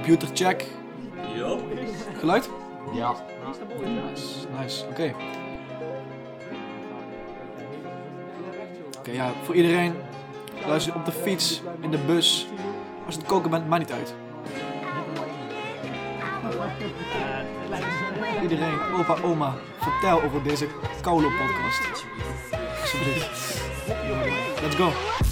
Computer check. Yup. Geluid? Ja. Nice. Oké. Oké, ja, voor iedereen. Luister op de fiets, in de bus. Als je het koken bent, maakt niet uit. Iedereen, opa, oma, vertel over deze koude podcast. Alsjeblieft. Let's go.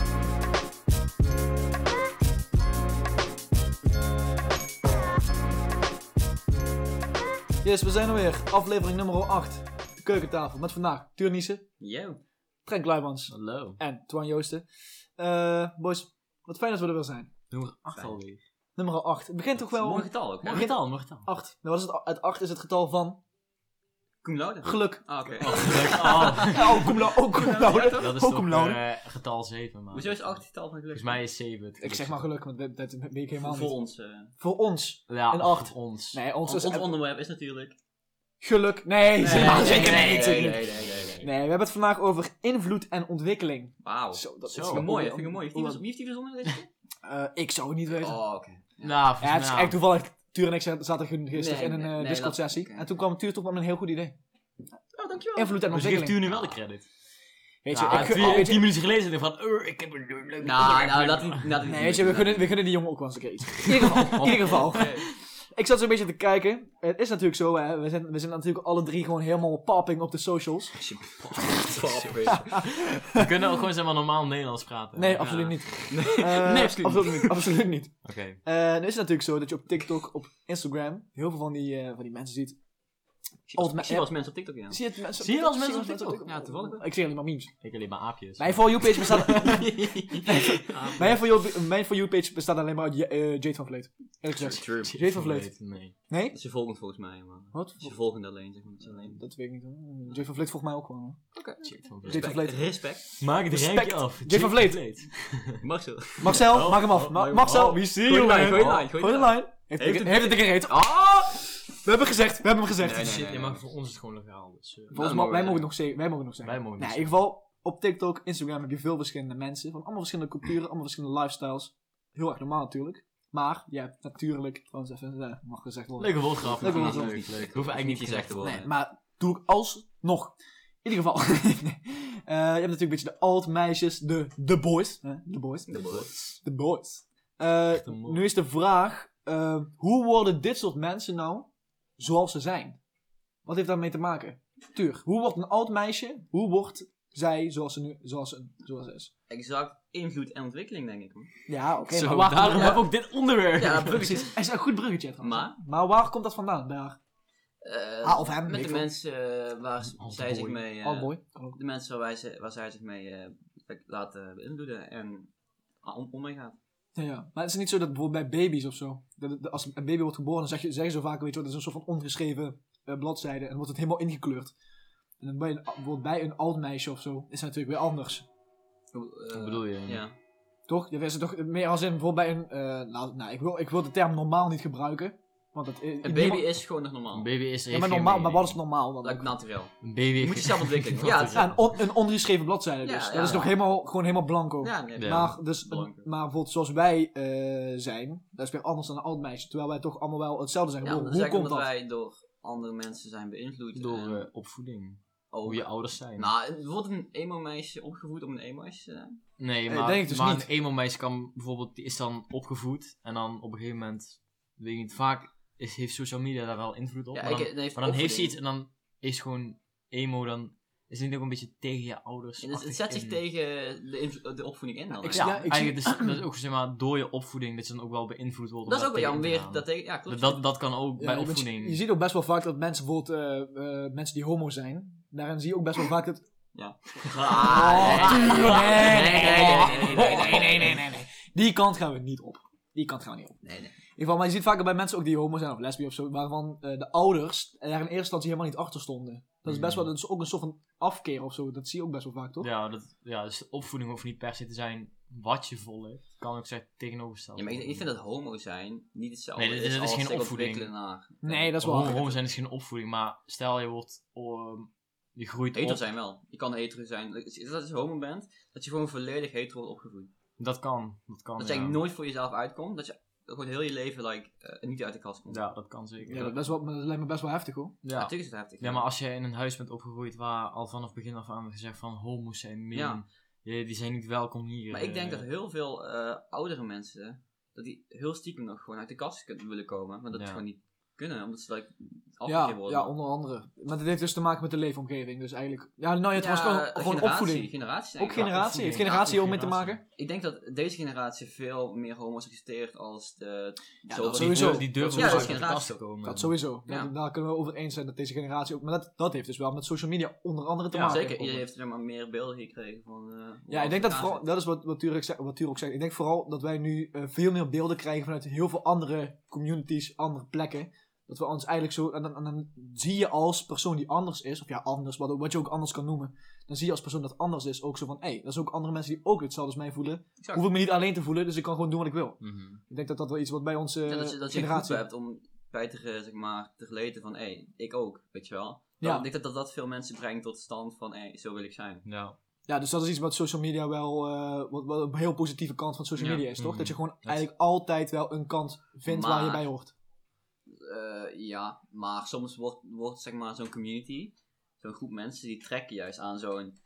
Yes, we zijn er weer. Aflevering nummer 8. De keukentafel. Met vandaag Tuurnissen, Yo. Frank Luijmans Hallo. en Twan Joosten. Boys, wat fijn dat we er weer zijn. Nummer 8 alweer. Nummer 8. Het begint toch wel... Mooi getal ook, hè? Mooi getal, mooi getal. 8. Nou, wat is het? Het 8 is het getal van Cum laude? geluk. Ah, oké. Ja, cum laude. Dat is Ook toch cum laude. getal 7, maar... Hoezo is 8 getal van geluk? Volgens mij is 7 het Ik zeg maar geluk, want dat weet ik helemaal voor niet. ons. Voor ons. Ja, een 8. voor ons. Nee, ons is Ons onderwerp is natuurlijk... geluk. Nee, zeker niet. Nee. Nee, we hebben het vandaag over invloed en ontwikkeling. Wauw. Zo, dat Zo. is Vind ik mooi, vind ik mooi. Wie Hoe- heeft die verzonnen deze keer? Ik zou het niet weten. Oh, oké. Nou, Ja, het volgens is mij... echt toevallig. Tuur en ik zaten gisteren in een nee, Discord sessie. oké. En toen kwam Tuur toch met een heel goed idee. Oh, dankjewel. Invloed en Dus geeft ontwikkeling. u nu wel de credit. Weet je, Ja, ik, weet weet je, 10 minuten gelezen en van... ik heb een leuk... Nou, laat die... nee, weet je, we gunnen die jongen ook wel eens een keer iets. In ieder geval. Ik zat zo een beetje te kijken. Het is natuurlijk zo, hè. We zijn natuurlijk alle drie gewoon helemaal popping op de socials. We kunnen ook gewoon zeg maar normaal Nederlands praten. Nee, absoluut niet. Nee, absoluut niet. Absoluut niet. Oké. Nu is het natuurlijk zo dat je op TikTok, op Instagram, heel veel van die mensen ziet. Ik zie wel eens mensen op TikTok, ja. Zie je het mensen Zie je wel eens mensen zie op je TikTok? Ja, toevallig wel. Ik zie alleen maar memes. Ik alleen maar aapjes. Mijn For You page bestaat... Mijn For You page bestaat alleen maar uit Jade van Vleet. Eerlijk gezegd. True. Jade van Vleet. Nee. Nee? Dat is je volgend volgens mij, man. Wat? Dat is je volgende alleen, zeg maar. Dat is alleen. Dat weet ik niet hoor. Jade van Vleet volgens mij ook wel. Hoor. Shit van Jade van Vleet. Respect. Maak het Respect. rijtje af. Jade van Vleet. Marcel. Marcel, Oh, maak hem af. oh, maak hem Marcel, af. wie zie Gooi je? de lijn, gooi de man? lijn, gooi de Gooi de lijn. Heeft het gereed? Ah! We hebben hem gezegd. Nee. Shit, ja, maar voor ons is het gewoon legaal. Dus, Volgens mij, wij mogen het nog zeggen. Wij mogen het nog zeggen. Wij mogen Nou, het in ieder geval, op TikTok, Instagram heb je veel verschillende mensen. Van allemaal verschillende culturen, allemaal verschillende lifestyles. Heel erg normaal natuurlijk. Maar je hebt natuurlijk, trouwens even, mag gezegd worden. Leuke woordgrap. Leuke Leuk, woordgrap. leuk. Hoeft eigenlijk niet gezegd te worden. Nee, maar doe ik alsnog. In ieder geval. Nee. Je hebt natuurlijk een beetje de alt-meisjes, de boys. De boys. De boys. Nu is de vraag, hoe worden dit soort mensen nou zoals ze zijn? Wat heeft daarmee te maken? Tuur, hoe wordt een alt-meisje, hoe wordt zij zoals ze is? Exact invloed en ontwikkeling, denk ik. Man. Ja, oké. Zo, maar waar, daarom heb ik ook dit onderwerp. Ja, precies. Hij is een goed bruggetje trouwens. Maar? waar komt dat vandaan bij haar? Of hem, weet Met ik de veel. mensen waar zij zich mee... Altboy. de mensen waar zij zich mee laten beïnvloeden en om mee gaat. Ja. Maar het is niet zo dat bijvoorbeeld bij baby's of zo, als een baby wordt geboren, dan zeggen ze vaak, weet je wat, dat is een soort van ongeschreven bladzijde en dan wordt het helemaal ingekleurd. En dan bijvoorbeeld bij een oud meisje of zo, is het natuurlijk weer anders. Wat bedoel je? Ja. Toch? Je is toch meer als in bijvoorbeeld bij een, ik wil de term normaal niet gebruiken. Want Een baby is gewoon nog normaal. Een baby is Ja, maar normaal, maar wat is normaal dan? Lijkt naturel. Een baby Je moet jezelf ontwikkelen. Ja, Ja, een ongeschreven bladzijde dus. Ja, Dat is nog gewoon helemaal blanco. ja, nee. Ja. Maar bijvoorbeeld zoals wij zijn, dat is weer anders dan een oud meisje. Terwijl wij toch allemaal wel hetzelfde zijn Ja, geboren. dat is Hoe eigenlijk komt omdat dat? wij door andere mensen zijn beïnvloed. door opvoeding. Oh, Hoe je ouders zijn. Nou, wordt een emo-meisje opgevoed om een emo-meisje te zijn? Nee, denk maar, ik dus maar niet. een emo-meisje kan bijvoorbeeld, die is dan opgevoed en dan op een gegeven moment, weet ik niet, vaak heeft social media daar wel invloed op. Ja, maar dan, nee, maar dan heeft ze opvoeding. iets en dan is gewoon emo, dan is het ook een beetje tegen je ouders. En het zet zich tegen de opvoeding in dan. Ik hè? zie- Ja, Ja, ik eigenlijk dat is ook zeg maar door je opvoeding dat je dan ook wel beïnvloed wordt. Dat is om ook wel tegen te weer gaan. dat tegen... Ja, klopt. Dat kan ook Ja, bij want opvoeding. je ziet ook best wel vaak dat mensen bijvoorbeeld, mensen die homo zijn, daarin zie je ook best wel vaak dat... Ja. Nee. Die kant gaan we niet op. Nee. In ieder geval, maar je ziet vaak bij mensen ook die homo zijn of lesbisch of zo, waarvan de ouders er in eerste instantie helemaal niet achter stonden. Dat is best wel, dat is ook een soort van afkeer of zo. Dat zie je ook best wel vaak, toch? Ja, dus de opvoeding hoeft niet per se te zijn wat je volgt. Kan ook zeggen tegenovergesteld. Ja, maar ik vind dat homo zijn niet hetzelfde Nee, dit is als geen zich opvoeding. ontwikkelen naar... Nee, dat is wel... Homo zijn is geen opvoeding, maar stel je wordt, je groeit Hetero op. zijn wel. Je kan hetero zijn. Dat je homo bent, dat je gewoon volledig hetero wordt opgevoed. Dat kan. Dat je eigenlijk nooit voor jezelf uitkomt. Dat je gewoon heel je leven niet uit de kast komt. Ja, dat kan zeker. Ja, dat lijkt me best wel heftig hoor. Ja, natuurlijk is het heftig. Ja, maar als je in een huis bent opgegroeid waar al vanaf begin af aan gezegd van homo's zijn die zijn niet welkom hier. Maar ik denk dat heel veel oudere mensen, dat die heel stiekem nog gewoon uit de kast willen komen, maar dat ze gewoon niet kunnen, omdat ze afgegeven worden. Ja, onder andere. Maar dat heeft dus te maken met de leefomgeving, dus eigenlijk... Ja, nou het was gewoon opvoeding. Generatie, ook generatie? Heeft generatie ook mee te maken? Ik denk dat deze generatie veel meer homo's accepteert als de... Ja, dat sowieso. Die durven dat uit de kast te komen. Dat sowieso. Ja. Daar kunnen we over eens zijn dat deze generatie ook... Maar dat heeft dus wel met social media onder andere te maken. Zeker. Iedereen heeft er maar meer beelden gekregen van... ja, ik denk dat vooral... Dat is wat Tuur ook zegt. Ik denk vooral dat wij nu veel meer beelden krijgen vanuit heel veel andere communities, andere plekken. Dat we ons eigenlijk zo... En dan zie je als persoon die anders is, of ja, anders, wat je ook anders kan noemen. Dan zie je als persoon dat anders is ook zo van... dat is ook andere mensen die ook hetzelfde als mij voelen. Exact. Hoef ik me niet alleen te voelen, dus ik kan gewoon doen wat ik wil. Mm-hmm. Ik denk dat dat wel iets wat bij onze dat je een groep hebt om bij te geleden van... ik ook, weet je wel. Ja. Ik denk dat veel mensen brengt tot de stand van... zo wil ik zijn. Ja, dus dat is iets wat social media wel... wat een heel positieve kant van social media is, toch? Mm-hmm. Dat je gewoon eigenlijk altijd wel een kant vindt waar je bij hoort. Ja, maar soms wordt zeg maar zo'n community, zo'n groep mensen, die trekken juist aan zo'n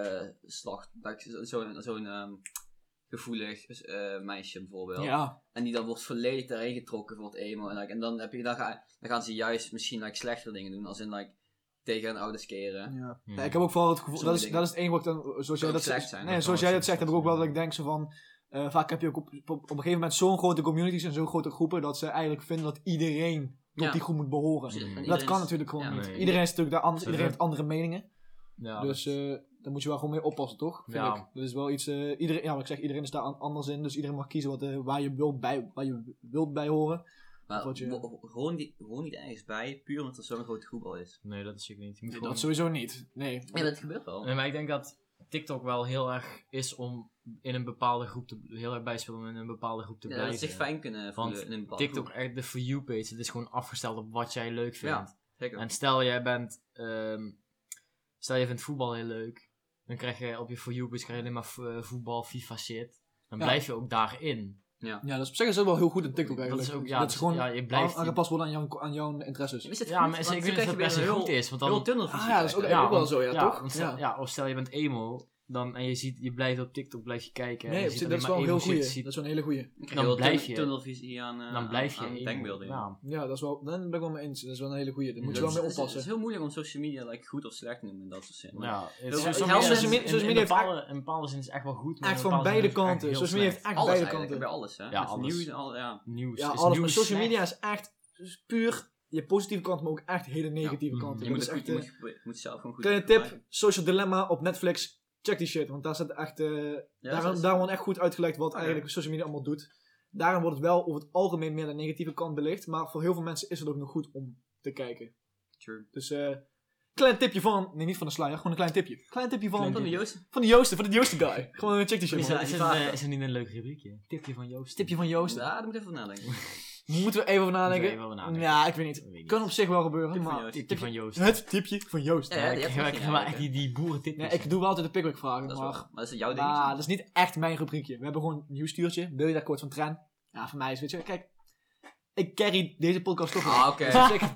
gevoelig meisje bijvoorbeeld. Ja. En die dan wordt volledig daarheen getrokken voor het emo. En dan gaan ze juist misschien slechtere dingen doen, als in tegen hun ouders keren. Ja. Ja, ik heb ook vooral het gevoel, dat is het enige wat ik dan, zoals jij dat zegt, heb ik ook wel dat ik denk zo van, vaak heb je ook op een gegeven moment zo'n grote communities en zo'n grote groepen, dat ze eigenlijk vinden dat iedereen tot die groep moet behoren. Dat kan natuurlijk gewoon niet. Iedereen is natuurlijk daar anders, iedereen heeft andere meningen. Ja, dus daar moet je wel gewoon mee oppassen, toch? Vind ik. Dat is wel iets, iedereen is daar anders in, dus iedereen mag kiezen waar je wilt bij horen. Maar gewoon niet ergens bij, puur omdat er zo'n grote groep al is. Nee, dat is zeker niet. Nee, dat sowieso niet. Nee. Ja, dat gebeurt wel. Nee, maar ik denk dat TikTok wel heel erg is om in een bepale groep heel erg bijspelen om in een bepaalde groep te blijven. Dat zich fijn kunnen voelen in een bepaalde TikTok, groep. Echt de For You page, het is gewoon afgesteld op wat jij leuk vindt. Ja, zeker. En stel je vindt voetbal heel leuk, dan krijg je op je For You page alleen maar voetbal, FIFA shit. Dan blijf je ook daarin. Ja, dat is op zich is ook wel heel goed in TikTok eigenlijk. Dat is ook, dat is gewoon je blijft aangepast worden aan jouw interesses. Ja, maar ik weet niet of het best goed is. Want dan, dat is ook wel zo, toch? Of stel je bent emo, en je blijft op TikTok kijken. Nee, dat is wel een heel goeie. Dat is wel een hele goeie. Dan blijf je tunnelvisie aan denkbeelden. Ja, dat is wel, dan ben ik wel mee eens. Dat is wel een hele goeie. Daar moet je wel mee oppassen. Het is heel moeilijk om social media goed of slecht te noemen in dat soort zin. Ja, social media in bepaalde zin is echt wel goed. Echt van beide kanten. Social media heeft echt beide kanten. Bij alles, hè. Ja, alles. Nieuws. Ja, alles. Maar social media is echt puur je positieve kant, maar ook echt hele negatieve kanten. Je moet zelf gewoon goed... Kleine tip, Social Dilemma op Netflix. Check die shit, want daar staat echt, daar wordt echt goed uitgelegd wat eigenlijk social media allemaal doet. Daarom wordt het wel over het algemeen meer de negatieve kant belicht, maar voor heel veel mensen is het ook nog goed om te kijken. True. Dus klein tipje van, nee niet van de sluier, gewoon een klein tipje. Klein tipje van de Joosten. Van de Joosten guy. Gewoon check die shit. Is er niet een leuk rubriekje? Tipje van Joosten. Tipje van Joosten. Ja, daar moet ik even over nadenken. Moeten we even over nadenken? Ja, ik weet niet. Kan op zich wel gebeuren, maar... Tipje van Joost. Het tipje van Joost. Ja, ik ga echt die boerentipjes. Nee, ik doe wel altijd de Pickwick vragen, maar dat is jouw dingetje. Dat is niet echt mijn rubriekje. We hebben gewoon een nieuwstuurtje. Wil je daar kort van Tran? Ja, voor mij is weet je, kijk... Ik carry deze podcast toch wel. Oké.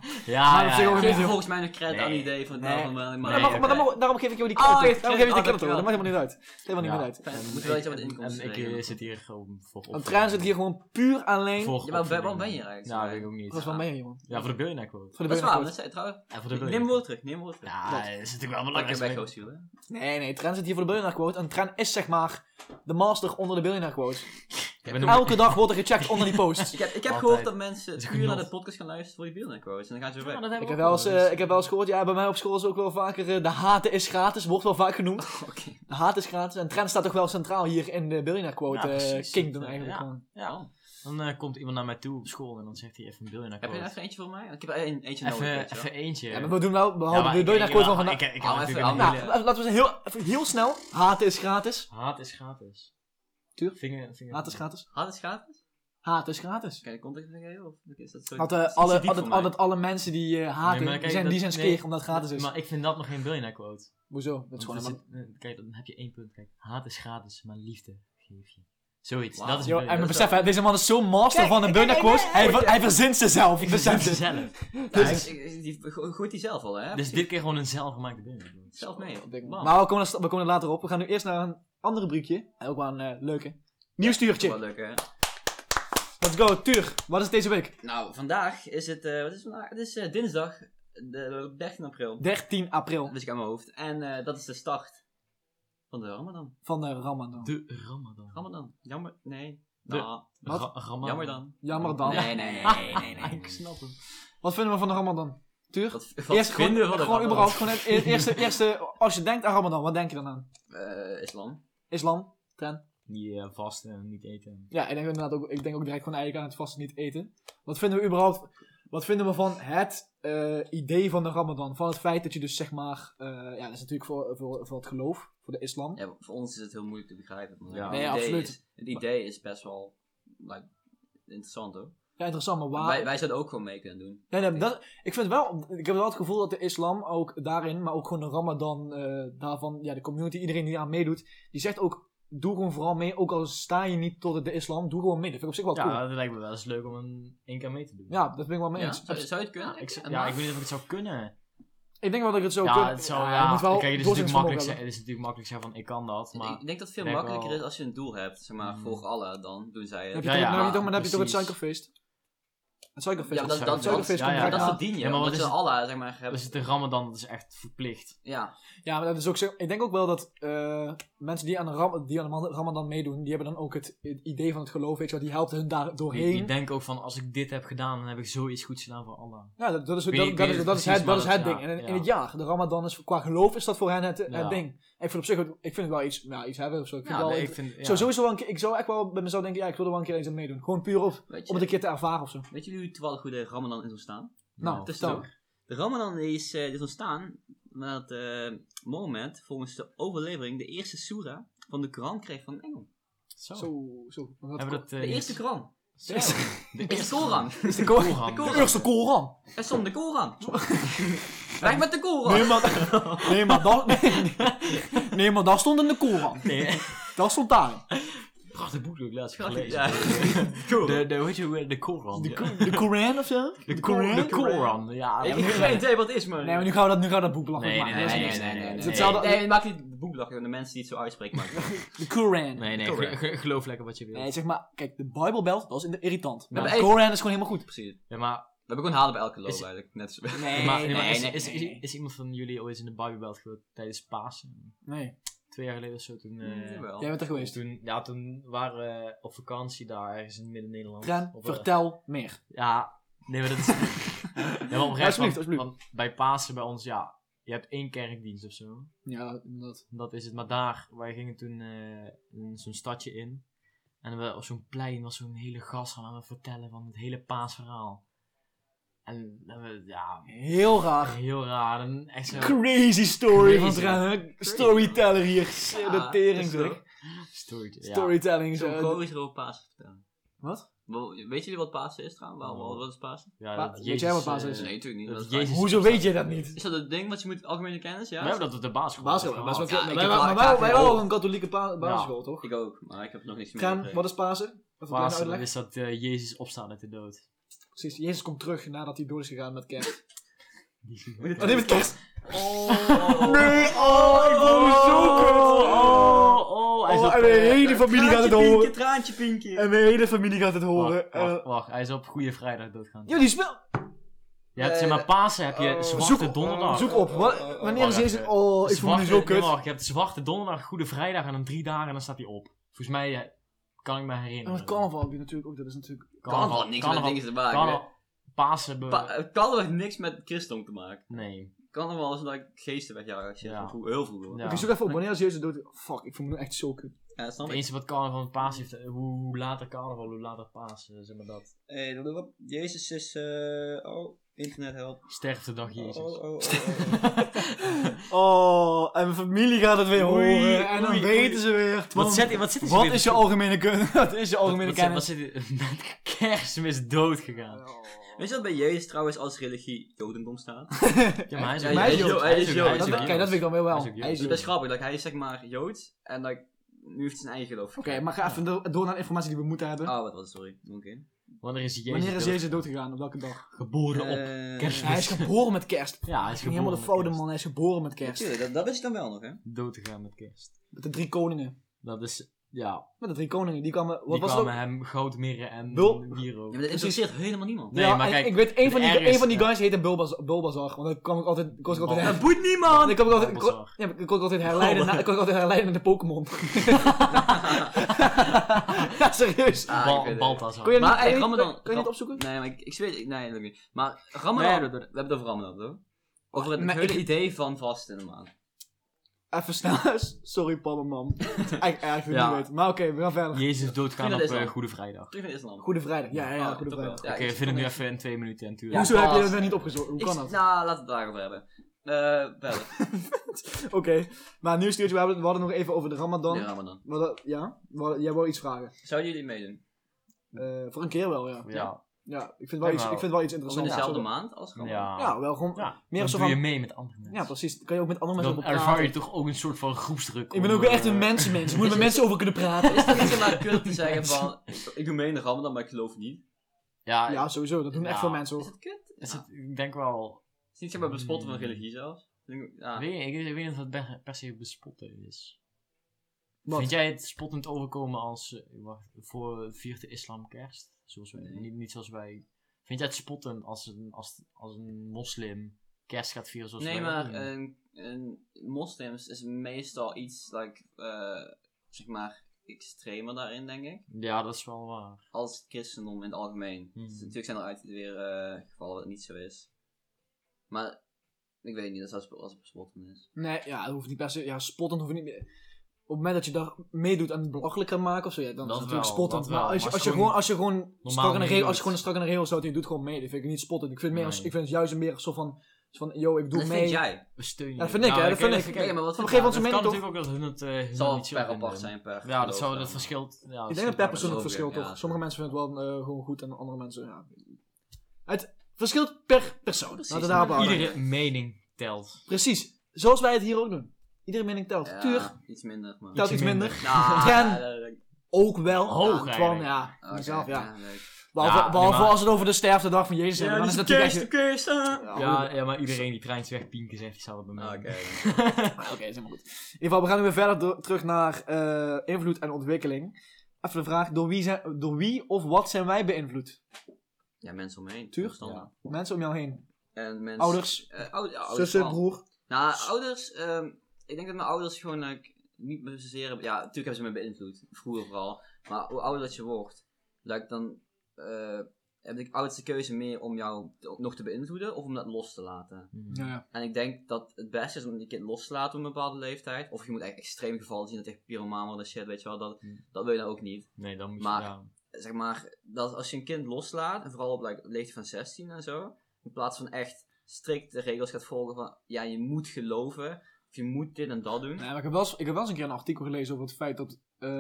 Ja. Volgens mij een credit aan het idee van het maar daarom geef ik jou die credit. Daarom geef ik die credit. Dat maakt helemaal niet uit. Helemaal niet meer uit. Moet wel iets over de inkomsten. En ik zit hier gewoon voor op. Tran zit hier gewoon puur alleen. Ja, maar waarom ben je er eigenlijk? Ja, weet ik ook niet. Waarom ben je hier, man? Ja, voor de billionaire quote. Dat is waar, dat zei trouwens. Neem woord terug. Ja, dat is natuurlijk wel belangrijk. Nee, Tran zit hier voor de billionaire quote. En Tran is zeg maar de master onder de billionaire quote. Elke dag wordt er gecheckt onder die posts. Ik heb gehoord dat mensen puur naar de podcast gaan luisteren voor die billionaire quotes. En dan gaan ze weer weg. Ik heb wel eens gehoord, ja, bij mij op school is ook wel vaker de haten is gratis, wordt wel vaak genoemd. De haat is gratis. En Trent staat toch wel centraal hier in de billionaire quote kingdom eigenlijk gewoon. Ja. Dan komt iemand naar mij toe op school en dan zegt hij even een billionaire quote. Heb je even eentje voor mij? Ik heb er eentje nodig. Even eentje. Ja, maar we houden de billionaire quote van vandaag. Laten we heel snel. Haten is gratis. Haat is gratis. Tuur? Haat is gratis. Haat is gratis? Haat is gratis. Kan je context geven? Of is dat zo? Altijd alle mensen die haten, die zijn skeer omdat het gratis is. Maar ik vind dat nog geen billionaire quote. Hoezo? Dat is gewoon kijk, dan heb je 1 punt. Kijk, haat is gratis, maar liefde geef je. Zoiets. Wauw. Dat is Yo, een en dat besef, hè, deze man is zo'n master van de burn-out quotes. Hij verzint ze zelf. is Besef het het. zelf. Die gooit hij zelf al, hè? Dus dit keer gewoon een zelfgemaakte burn-out. Zelf mee. Maar we komen er later op. We gaan nu eerst naar een ander rubriekje. En ook wel een leuke. Nieuwstuurtje. Wel leuk, hè? Let's go, Tuur. Wat is deze week? Nou, vandaag is het... wat is het vandaag? Het is dinsdag, de 13 april. 13 april Dat wist ik aan mijn hoofd. En dat is de start van de Ramadan. van de Ramadan. De Ramadan. Ramadan. Jammer. Nee. De- Nou, Wat? Ramadan. jammer dan. Jammer dan. Nee. Ik snap hem. Wat vinden we van de Ramadan? Tuur? Wat Eerst vinden we van de gewoon Ramadan? überhaupt. Gewoon het eerste, als je denkt aan Ramadan, wat denk je dan aan? Islam. Islam? Trend? Niet vasten en niet eten. Ja, ik denk inderdaad ook, ik denk ook direct gewoon eigenlijk aan het vasten niet eten. Wat vinden we überhaupt, wat vinden we van het idee van de Ramadan? Van het feit dat je dus zeg maar, ja, dat is natuurlijk voor het geloof, voor de islam. Ja, voor ons is het heel moeilijk te begrijpen. Maar Ja. het Nee, idee absoluut. Het idee is best wel interessant, hoor. Ja, interessant, maar waar... Wij zouden ook gewoon mee kunnen doen. Nee, ik vind wel, ik heb wel het gevoel dat de islam ook daarin, maar ook gewoon de Ramadan daarvan, ja, de community, iedereen die aan meedoet, die zegt ook, doe gewoon vooral mee, ook al sta je niet tot de islam, doe gewoon mee. Dat vind ik op zich wel cool. Ja, dat lijkt me wel eens leuk om één keer mee te doen. Ja, dat ben ik wel mee Ja, eens. zou je het kunnen? Ik weet niet of ik het zou kunnen. Ik denk wel dat ik het zo Ja, kunnen. het zou, je moet wel kijk, het is natuurlijk doorzettingsvermogen makkelijk hebben. het is natuurlijk makkelijk zeggen van ik kan dat, maar... Ik denk dat het veel denk makkelijker wel- is als je een doel hebt. Zeg maar, volg alle, dan doen zij het. Heb je Ja, toch, ja, nou, dan heb je toch het precies. suikerfeest? Het suikerfeest. Ja, het dat suikerfeest ja, komt ja, direct dat aan. verdien je. Ja, maar wat omdat is ze het- alle, zeg maar, hebben. Dus de Ramadan, dat is echt verplicht. Ja. Ja, maar dat is ook zo. Ik denk ook wel dat mensen die aan de Ramadan meedoen, die hebben dan ook het idee van het geloof, weet je wel, die helpt hun daar Die doorheen. denken ook van als ik dit heb gedaan, dan heb ik zoiets goeds gedaan voor Allah. Ja, dat is Ik weet niet het precies, dat maar is dat- het ja, ding. En in ja. het jaar, de Ramadan is qua geloof is dat voor hen het Ja. ding. Ik vind op zich, ik vind het wel iets hebben of zo. Ik vind Ja, wel, nee, ik, ik vind... Ja. zo sowieso wel een keer, ik zou echt wel bij mezelf denken, ja, ik wil er wel een keer eens aan meedoen. Gewoon puur op, Weet om het een keer te ervaren of zo. Weet jullie toevallig hoe de Ramadan is ontstaan? Nou, tussendoor. De Ramadan die is ontstaan nadat Mohammed volgens de overlevering de eerste soera van de Koran kreeg van een engel. Zo. Zo. Hebben we dat... De eerste Koran. Zo. De eerste Koran. Is de Koran. De eerste Koran. Er stond de Koran. Weg met de Koran. Nee, maar daar stond in de Koran. Nee, Dat stond daarin. prachtig boek ook laatst Ja. gelezen. De, hoe heet je, de Koran. De Koran of zo? De Koran, ja. Ik heb geen idee wat het is, man. Nee, maar nu gaan we dat boek belachelijk Nee, maken. nee, Dat is nee, niks. nee, nee, Het is nee. hetzelfde. Nee, maak niet de boek belachelijk, de mensen die het zo uitspreken. Maar De Koran. Nee, Koran. geloof lekker wat je wil. Nee, zeg maar, kijk, de Bijbelbelt, dat is irritant. Maar hebben de Koran is gewoon helemaal goed. precies. Ja, maar, We hebben gewoon halen bij elke Is- loop eigenlijk. Net zo. Nee, maar, nee, is iemand van jullie ooit in de Bijbelbelt geweest tijdens Pasen? Nee. 2 jaar geleden of zo, toen... Jawel. Jij bent er geweest. Toen waren we op vakantie daar ergens in Midden-Nederland. Tren, Of, vertel meer. Ja, nee, maar dat is... ja, maar oprecht, Alsjeblieft. want bij Pasen bij ons, ja, je hebt 1 kerkdienst of zo. Ja, inderdaad. Dat is het. Maar daar, wij gingen toen in zo'n stadje in. En we, op zo'n plein was zo'n hele gast aan het vertellen van het hele paasverhaal. En ja, Heel raar. heel raar. En echt zo... Crazy story van Crazy. Tren. Storyteller hier. De tering is zo. zeg. Storytelling. Ja. Storytelling. Zo zo. chorisch over Pasen vertellen. Wat? Weet jullie wat Pasen is trouwens? Wat is Pasen? Ja, Maar, dat weet Jezus, jij wat Pasen is? Nee, natuurlijk niet. dat Dat is Jezus- Hoezo weet je dat niet? Is dat het ding wat je moet algemene kennis? Ja. We hebben dat op de basisschool. Basisschool. gehad. Ja, ik Maar heb wel- wij ik ga- hebben wel een katholieke basisschool, toch? Ik ook, maar ik heb nog niks meer Tren, gekregen. wat is Pasen? Even een kleine Pasen uitleg. is dat Jezus opstaat uit de dood. Precies, Jezus komt terug nadat hij dood is gegaan met kerst. Die- Oh, nee, met kerst! Oh. Nee, oh, ik voel me zo kut! hij is Oh, op, en mijn hele familie gaat het horen. Traantje pinkje. En mijn hele familie gaat het horen. wacht, hij is op Goede Vrijdag doodgaan. Ja, die spel. Je hebt, zeg maar, Pasen heb je Zwarte Donderdag. Zoek op. Wanneer is Wacht Jezus? even. Oh, ik voel me nu zo Nee, kut. wacht, je hebt Zwarte Donderdag, Goede Vrijdag en dan 3 dagen en dan staat hij op. Volgens mij kan ik me En herinneren. met carnaval heb je natuurlijk ook. Dat is natuurlijk... Carnaval niks met dingen te maken. Pasen... Carnaval heeft niks met christendom te maken. Nee. Carnaval is like geesten wegjagen als je Ja. heel vroeger hoor. Ja. Oké, zoek even op. Wanneer is Jezus dood? Fuck, ik voel me nu echt zo kut. Ja, snap Het ik. enige wat carnaval en Pasen heeft, hoe later carnaval, hoe later Pasen, zeg maar dat. Jezus is... internet help. Sterftedag Jezus. Oh, en mijn familie gaat het weer Oei, horen. En dan oei, weten oei. ze weer. Wat zit hij Wat is je algemene kennis? Wat is je algemene Wat kennis? zit hij met kerstmis dood gegaan? Weet je dat bij Jezus trouwens als religie Jodendom staat? Ja, maar hij is Ja, ook hij is Joods. Jood. Hij is Jood. Hij is ook Kijk, dat weet ik dan weer wel. Hij is ook Joods. Hij is Dat is Jood. best grappig. Like, hij is zeg maar Joods. En like, nu heeft hij zijn eigen geloof. Oké, maar ga even door naar de informatie die we moeten hebben. Oh, wat was het? Sorry. Oké. Wanneer is Jezus doodgegaan? Op welke dag? Geboren op kerstmis. Hij is geboren met kerst. Ja, hij is Ging helemaal de foute man. Hij is geboren met kerst. Tuurlijk, dat wist je dan wel nog, hè? Dood te gaan met kerst. Met de 3 koningen. Dat is, ja. Met de 3 koningen. Die kwamen... Wat Die was kwamen het ook? hem goudmirren en Bul- wierook. Ja, maar dat interesseert helemaal niemand. Nee, ja, maar kijk, ik weet, een van die ja. guys heette Bulbazar. Want dan kwam ik altijd... Dat boeit niemand! Ik kon Bulbasaur. ik kon altijd herleiden naar de Pokémon. Ja, serieus. Balthazar. Kon je Maar, niet, Ramadan- kan je niet opzoeken? Nee, maar ik weet... Nee, dat lukt niet. Maar Ramadan... Nee, we hebben het over Ramadan, toch? Over het Maar hele ik- idee van vasten in de maand. Even snel. Sorry, papa, mam. Ik wil Ja. niet weten. Maar oké, we gaan verder. Jezus doodgaan Vrienden op is dan. Goede Vrijdag. Terug naar Islam. Goede Vrijdag. Ja, Ah, Goede toch wel. Vrijdag. Ja, Oké, ik we vinden nu vond even in 2 minuten en Ja, Hoezo heb je pas. dat niet opgezocht? Hoe kan dat? Nou, laten we het daarover hebben. Verder. Oké, maar nieuw stuurtje. We hadden nog even over de Ramadan. De Ramadan. Jij wou iets vragen. Zouden jullie meedoen? Voor een keer wel, ja. Ja. Ja, ik vind wel iets Of in interessants. dezelfde maand als Ramadan? Ja, wel gewoon Ja, meer dan zo doe je van... mee met andere mensen. Ja, precies. Kan je ook met andere mensen Dan over ervaar je praten. toch ook een soort van groepsdruk. Ik ben om, ook echt een mensenmens. Je moet met mensen over kunnen praten. Is het niet maar kut te zeggen van... Ik doe mee in de Ramadan, maar ik geloof niet? Ja, Ja, sowieso. Dat doen echt Ja. veel mensen Is hoor. het kut? is Ja. het, ik denk wel... Is het niet zeg maar bespotten van religie zelfs? Ja. Ik weet niet of het per se bespotten is. Wat? Vind jij het spottend overkomen als... viert de islam kerst? Zoals wij, Nee. niet zoals wij... Vind jij het spottend als een moslim kerst gaat vieren zoals wij? Nee, dat maar doen? een moslims is meestal iets, zeg maar, extremer daarin, denk ik. Ja, dat is wel waar. Als het christendom in het algemeen. Mhm. Dus natuurlijk zijn er weer gevallen waar het niet zo is. Maar, ik weet niet, dat is als het bespotten is. Nee, ja, dat hoeft niet per se. Ja, spottend hoeft niet meer. Op het moment dat je daar meedoet aan het belachelijk gaan maken of zo, ja, dan Dat is het natuurlijk wel, spottend. dat wel. Maar Maar als je gewoon strak aan de regels houdt en je doet gewoon mee, dan vind ik het niet spottend. Ik vind het meer als, Nee. ik vind het juist meer zo van yo, ik doe Dat mee. vind jij. We steunen Ja, dat vind ik, hè, dat vind ik. Kijk, maar wat Geef vind ons jij? een Het kan mening toch? natuurlijk ook dat hun het Het zal niet zo per vinden. apart zijn, per Ja, dat geloof. verschilt. Ja, Ik denk dat per persoon ook ook verschilt, weer, ja. toch? Sommige mensen vinden het wel gewoon goed en andere mensen, ja. Het verschilt per persoon. Precies. Laten we daarop houden. Iedere mening telt. Precies. Zoals wij het hier ook doen. Iedere mening telt. Ja, Tuur iets minder, maar... telt iets minder. Nou, Tren ook wel. Hoog ja, eigenlijk. ja. oké, Mezelf, ja. leuk. Behalve maar- als het over de sterftedag van Jezus hebben, dan is het natuurlijk echt... kerst, Ja, maar iedereen die treint weg, Pienke zegt hetzelfde bij mij. Oké. Oké, is helemaal goed. In ieder geval, we gaan nu weer verder terug naar invloed en ontwikkeling. Even de vraag, door wie of wat zijn wij beïnvloed? Ja, mensen om me heen. Tuur? Standaard. Mensen om jou heen. En mensen... Ouders, ouders zussen, vooral. broer. Nou, ouders... ik denk dat mijn ouders gewoon niet me zozeer hebben... Ja, natuurlijk hebben ze me beïnvloed. Vroeger vooral. Maar hoe ouder dat je wordt... dan heb ik ouders de keuze meer om jou nog te beïnvloeden... of om dat los te laten. Ja. En ik denk dat het beste is om je kind los te laten op een bepaalde leeftijd. Of je moet echt extreem gevallen zien, dat echt pyromaan en shit, weet je wel. Dat wil je dan ook niet. Nee, dan moet Maar- je... Ja. Zeg maar, dat als je een kind loslaat, en vooral op de leeftijd van 16 en zo, in plaats van echt strikt de regels gaat volgen van, ja, je moet geloven, of je moet dit en dat doen. Nee, maar ik heb wel eens een keer een artikel gelezen over het feit dat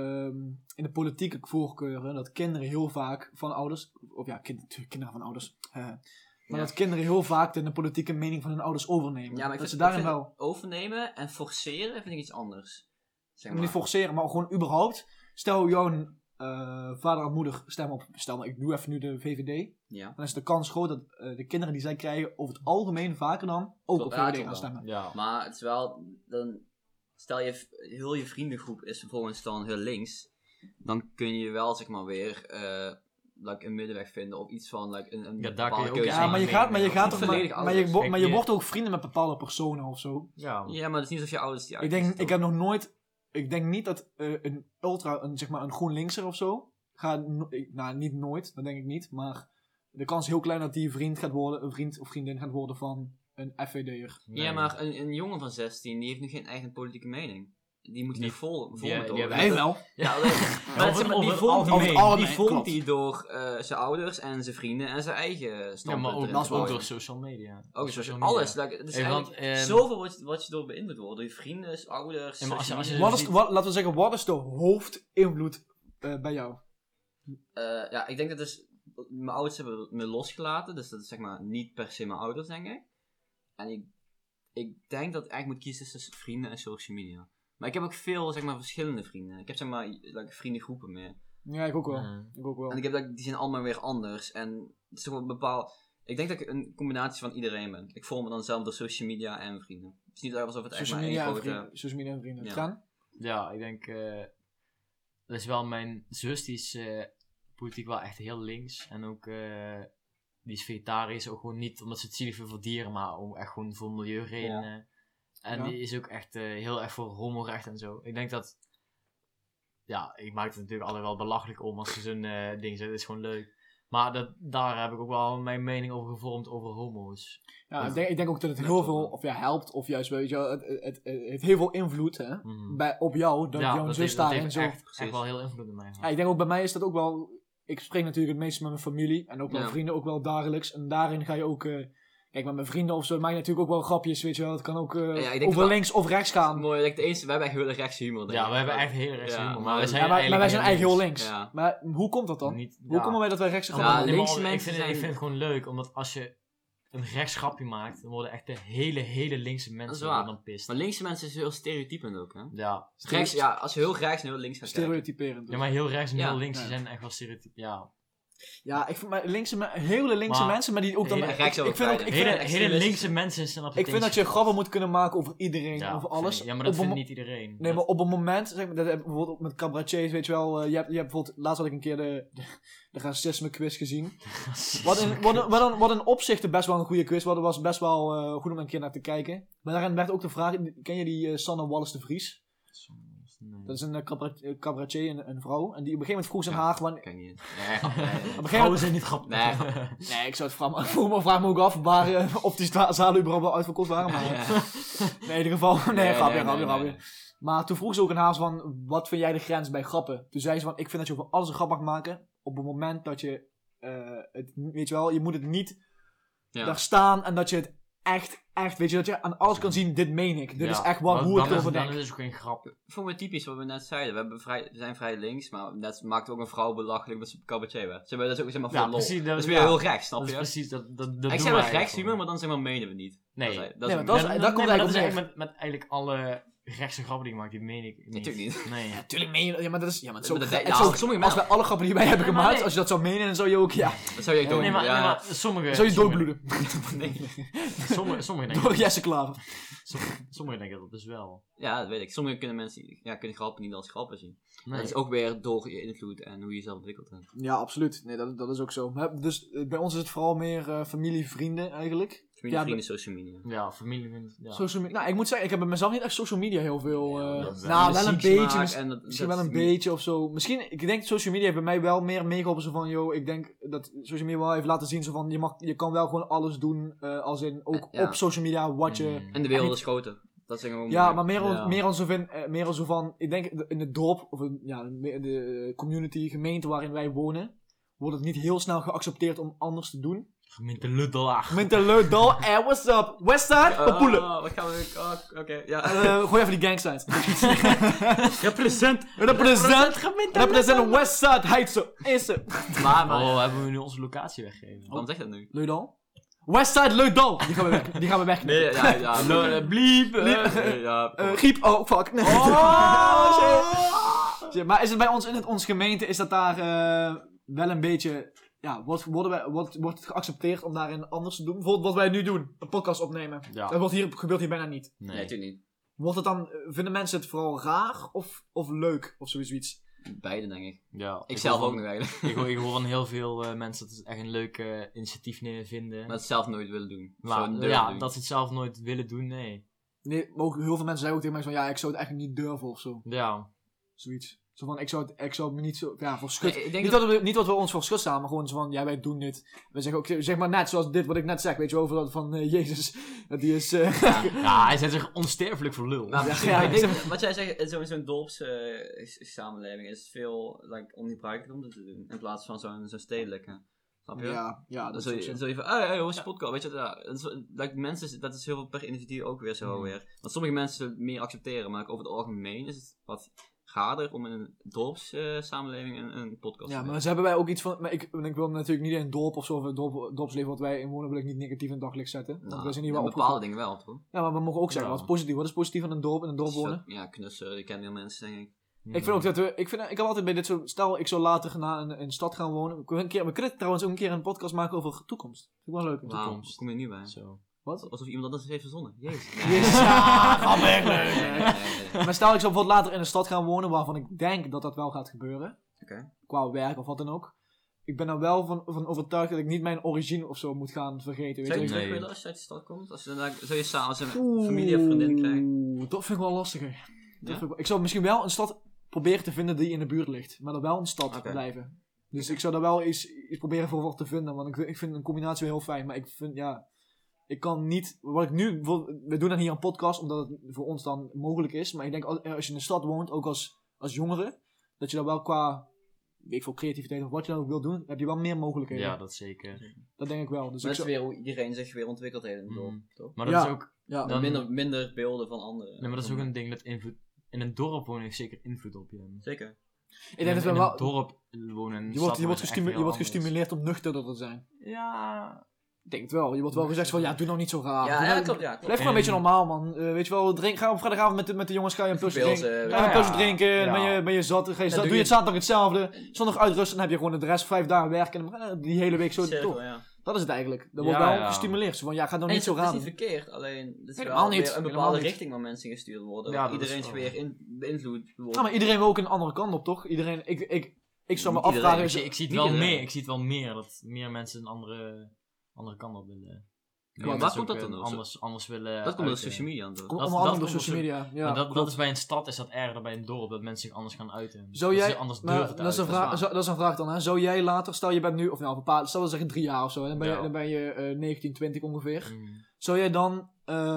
in de politieke voorkeuren, dat kinderen heel vaak van ouders, of ja, kinderen van ouders, maar Ja. dat kinderen heel vaak de politieke mening van hun ouders overnemen. Ja, maar dat ze ik daarin vind wel, overnemen en forceren vind ik iets anders. Zeg maar. niet forceren, maar gewoon überhaupt, stel jouw vader en moeder stemmen op, stel maar ik doe even nu de VVD, Ja. dan is de kans groot dat de kinderen die zij krijgen over het algemeen vaker dan ook op Ja, VVD toch gaan wel. stemmen. Ja. Maar het is wel, dan, stel heel je vriendengroep is vervolgens dan heel links, dan kun je wel zeg maar weer een middenweg vinden of iets van een Ja, daar bepaalde kun je ook keuze Ja, zijn maar je maken. gaat, maar je Niet gaat toch, volledig maar ouders. je Kijk, je- wordt ook vrienden met bepaalde personen of zo. Ja. Ja, maar het is niet alsof je ouders die Ik heb nog nooit, ik denk niet dat zeg maar een GroenLinkser of zo, nou niet nooit, dat denk ik niet, maar de kans is heel klein dat die een vriend of vriendin gaat worden van een FVD'er. Ja, maar een jongen van 16, die heeft nu geen eigen politieke mening. Die moet Niet- niet vol die met hebben- Wij wel. Ja, alleen, maar Over- zeg maar, over die het vormt algemeen. die, Over het die algemeen, vormt klopt. die door zijn ouders en zijn vrienden en zijn eigen Ja, standpunt maar ook, erin dat is te wel ook gooien. door social media. Ook Social zo, media. alles. Het is Hey, want, eigenlijk zoveel wat je door beïnvloed wordt. Door je vrienden, ouders, Ja, maar als je- als je- social Laten we zeggen, wat is de hoofdinvloed bij jou? media. Ja, ik denk dat dus... Mijn ouders hebben me losgelaten. Dus dat is zeg maar niet per se mijn ouders, denk ik. En ik denk dat ik eigenlijk moet kiezen tussen vrienden en social media. Maar ik heb ook veel, zeg maar, verschillende vrienden. Ik heb, zeg maar, vriendengroepen meer. Ja, ik ook wel. En ik heb, die zijn allemaal weer anders. En het is toch wel een bepaald... Ik denk dat ik een combinatie van iedereen ben. Ik vorm me dan zelf door social media en vrienden. Het is niet alsof het echt Social maar één media, grote... social media en vrienden. Ja. Gaan? Ja, ik denk... dat is wel mijn zus, die is politiek wel echt heel links. En ook... die is vegetarisch, ook gewoon niet omdat ze het zielig vindt voor dieren, maar om echt gewoon voor milieuredenen. En die is ook echt heel erg voor homorecht en zo. Ik denk dat... Ja, ik maak het natuurlijk altijd wel belachelijk om als ze zo'n ding zeggen. Het is gewoon leuk. Maar daar heb ik ook wel mijn mening over gevormd over homo's. Ja, ik denk ook dat het heel veel helpt, of juist, weet je wel, het heeft heel veel invloed hè, op jou, dat jouw zus daarin zo... echt wel heel invloed op mij. Ja, ik denk ook bij mij is dat ook wel... Ik spreek natuurlijk het meest met mijn familie en ook met mijn vrienden ook wel dagelijks. En daarin ga je ook... Kijk, met mijn vrienden of zo maak je natuurlijk ook wel grapjes, weet je wel. Het kan ook over links of rechts gaan. Mooi, we hebben echt heel erg rechts humor. Ja, we hebben echt heel rechts humor. Maar wij zijn eigenlijk heel links. Ja. Maar hoe komt dat dan? Hoe komen wij dat wij rechts gaan? Linkse mensen ik vind het gewoon leuk, omdat als je een rechts grapje maakt, dan worden echt de hele linkse mensen dan pist. Maar linkse mensen is heel stereotypend ook, hè? Ja. Rechts, als je heel rechts en heel links gaat stereotyperend. Dus. Ja, maar heel rechts en heel links zijn echt wel stereotyp. Ja, ik vind hele linkse mensen, maar die ook dan... Hele linkse mensen zijn ik vind dat je grappen moet kunnen maken over iedereen, over alles. Ja, maar dat vindt niet iedereen. Nee, maar op een moment, zeg maar, dat heb ik bijvoorbeeld met cabaretiers, weet je wel, je hebt bijvoorbeeld, laatst had ik een keer de racisme quiz gezien. Wat in opzichte best wel een goede quiz, wat was best wel goed om een keer naar te kijken. Maar daarin werd ook de vraag, ken je die Sanne Wallis de Vries? Nee. Dat is een cabaretier, een vrouw. En die op een gegeven moment vroeg ze aan haar gewoon... Ken je niet. Vrouwen zijn niet grappig. Nee, ik zou het vraag me ook af of die zalen überhaupt wel uitverkocht waren. Maar in ieder geval... grapje. Maar toen vroeg ze ook aan haar van... Wat vind jij de grens bij grappen? Toen zei ze van... Ik vind dat je over alles een grap mag maken. Op het moment dat je... weet je wel, je moet het niet daar staan. En dat je het echt, weet je, dat je aan alles kan zien, dit meen ik. Dit is echt hoe ik erover denk. Dan is het geen grap. Voor me typisch wat we net zeiden. We zijn vrij links, maar net maakte ook een vrouw belachelijk met zijn cabaretier werd. Dat is ook zeg maar voor lol. Precies, dat is weer heel rechts, snap je? Dat is precies, dat ik zeg wel rechts humor, maar dan zeg maar menen we niet. Nee. Dat komt eigenlijk met eigenlijk alle rechtse grappen die ik maak, die meen ik niet. Natuurlijk niet. Nee. Natuurlijk meen je... Ja, maar dat is... Ja, maar sommige als bij alle grappen die wij hebben gemaakt, als je dat zou menen, dan zou je ook... Ja. Dat zou je ook doen. Maar sommige... Zou je doodbloeden. Nee. Sommige denken... Door Jesse Klaver. Sommigen denken dat dus wel. Ja, dat weet ik. Sommige kunnen mensen kunnen grappen niet als grappen zien. Nee. Dat is ook weer door je invloed en hoe je jezelf ontwikkeld hebt. Ja, absoluut. Nee, dat is ook zo. Dus bij ons is het vooral meer familie, vrienden eigenlijk. Vrienden, social media. Ja, familie, vrienden. Ja. Social media. Nou, ik moet zeggen, ik heb bij mezelf niet echt social media heel veel... wel een beetje. Misschien wel een beetje of zo. Misschien, ik denk social media heeft bij mij wel meer meegeholpen. Zo van, ik denk dat social media wel heeft laten zien. Zo van, je kan wel gewoon alles doen. Als in, ook op social media, wat je... En de wereld is groter. Dat is gewoon maar meer als zo van, ik denk in het dorp, of de community, gemeente waarin wij wonen, wordt het niet heel snel geaccepteerd om anders te doen. Gemeente Luddel. Gemeente Luddel, what's up? Westside, Poelen. Wat gaan we... Oké, ja. Gooi even die gangsigns. Represent Westside, Heidse, Isse. Maar hebben we nu onze locatie weggegeven? Waarom zeg je dat nu? Luddel? Westside Luddel. Die gaan we weg. Nee, ja. Bliep. Griep, oh fuck. Nee. Shit. Maar is het bij ons in ons gemeente, is dat daar wel een beetje... Ja, wordt het geaccepteerd om daarin anders te doen? Bijvoorbeeld wat wij nu doen, een podcast opnemen. Ja. Dat gebeurt hier bijna niet. Nee, natuurlijk niet. Wordt het dan, vinden mensen het vooral raar of leuk of zoiets? Beide, denk ik. Ja, ik zelf ook nog eigenlijk. Ik hoor van heel veel mensen dat ze het echt een leuk initiatief vinden. Maar het zelf nooit willen doen. Maar dat ze het zelf nooit willen doen, nee. Nee, maar ook heel veel mensen zeggen ook tegen mij van, ik zou het eigenlijk niet durven of zo. Ja. Zoiets. Zo van, ik zou me niet zo, voor schut... Nee, niet dat we ons voor schut staan, maar gewoon zo van, wij doen dit. We zeggen ook, zeg maar net zoals dit wat ik net zeg, weet je, over dat van Jezus, dat die is... hij zet zich onsterfelijk voor lul. Nou, ik denk, wat jij zegt, zo'n dorpssamenleving is veel ongebruikelijk om dat te doen, in plaats van zo'n stedelijke. Snap je? Ja, dat is zo even, hoe is je podcast? Weet je, mensen, dat is heel veel per individu ook weer zo weer. Want sommige mensen meer accepteren, maar over het algemeen is het wat... gader om in een dorpssamenleving een podcast te Ja, doen. maar ze hebben wij ook iets van... Maar ik wil natuurlijk niet in een dorp of zo, of een dorpsleven wat wij inwonen, wil ik niet negatief in het daglicht zetten. Want we zijn hier wel bepaalde opgegroeid. dingen wel, toch? Ja, maar we mogen ook zeggen, Ja. wat is positief? Wat is positief aan een dorp, in een dorp wonen? Ja, knussen, ik ken veel mensen, denk ik. Ik vind ook dat ik heb altijd bij dit soort... Stel, ik zou later in een stad gaan wonen. We kunnen trouwens ook een keer een podcast maken over toekomst. Vind ik wel leuk. Wauw, toekomst. hoe kom je nu bij? Zo. Wat? Alsof iemand anders het heeft verzonnen. Jezus. Jezus, ja, ga weg, nee. Maar stel, ik zou bijvoorbeeld later in een stad gaan wonen waarvan ik denk dat dat wel gaat gebeuren. Oké. Qua werk of wat dan ook. Ik ben er wel van overtuigd dat ik niet mijn origine of zo moet gaan vergeten. Zou je Weet je? Nee. terug willen als je uit de stad komt? Als je dan, zou je s'avonds een familie of vriendin krijgen? Oeh, dat vind ik wel lastiger. Dat Ja? vind ik zou misschien wel een stad proberen te vinden die in de buurt ligt. Maar dan wel een stad Oké. blijven. Dus ik zou daar wel iets proberen voor te vinden. Want ik vind een combinatie wel heel fijn. Maar ik vind, ja... Ik kan niet... Wat ik nu... We doen dan hier een podcast, omdat het voor ons dan mogelijk is. Maar ik denk, als je in de stad woont, ook als jongere... Dat je dan wel qua... Weet ik veel, creativiteit of wat je dan ook wil doen... Heb je wel meer mogelijkheden. Ja, dat zeker. Dat denk ik wel. Dus Maar ik dat is zou, weer hoe iedereen zich weer ontwikkeld heeft in het dorp, toch? Maar dat Ja. is ook... ja, Dan- Minder beelden van anderen. Nee, maar dat is ook een ding dat invloed... In een dorp wonen heeft zeker invloed op je. Zeker. ik denk dat we in wel... een dorp wonen... en Je stad wordt wonen is echt heel anders. gestimuleerd om nuchterder te zijn. Ja... Ik denk het wel. Je wordt wel gezegd van, ja, doe nou niet zo raar. Doe nou- klopt. Blijf gewoon een beetje normaal, man. Weet je wel, ga op vrijdagavond met de jongens, ga je een pilsje Pils, drinken. ja, Ga je een ja. pilsje drinken, Ja. ben je zat. Doe doe je je- het zaterdag hetzelfde. Zondag uitrusten, dan heb je gewoon de rest 5 dagen werken. En die hele week zo Cirkel, door. ja. Dat is het eigenlijk. Dat wordt Ja, wel ja. gestimuleerd. Zo van, ja, ga nou En niet het zo is raar niet doen. verkeerd, alleen het is Helemaal wel niet, weer een helemaal bepaalde niet. richting waar mensen gestuurd worden. Ja, waar dat iedereen is zich wel weer beïnvloed wordt. Ja, maar iedereen wil ook een andere kant op, toch? Iedereen, ik zou me Niet iedereen, afvragen... Ik zie het Niet wel iedereen. meer. Ik zie het wel meer. Dat meer mensen een andere kant op willen. Ja, Meer waar mensen komt ook, dat dan door? anders willen... Dat komt door uiten. social media aan, toch? Onder dat andere door komt social media. Ja, maar dat klopt. is bij een stad is dat erger dan bij een dorp. Dat mensen zich anders gaan uiten. Zou Dat jij, ze anders maar durven te dat is een uiten. vraag, dat is een vraag dan, hè? Zou jij later, stel je bent nu, of nou, stel we zeggen 3 jaar of zo, dan ben je, Ja. dan ben je 19, 20 ongeveer. Mm. Zou jij dan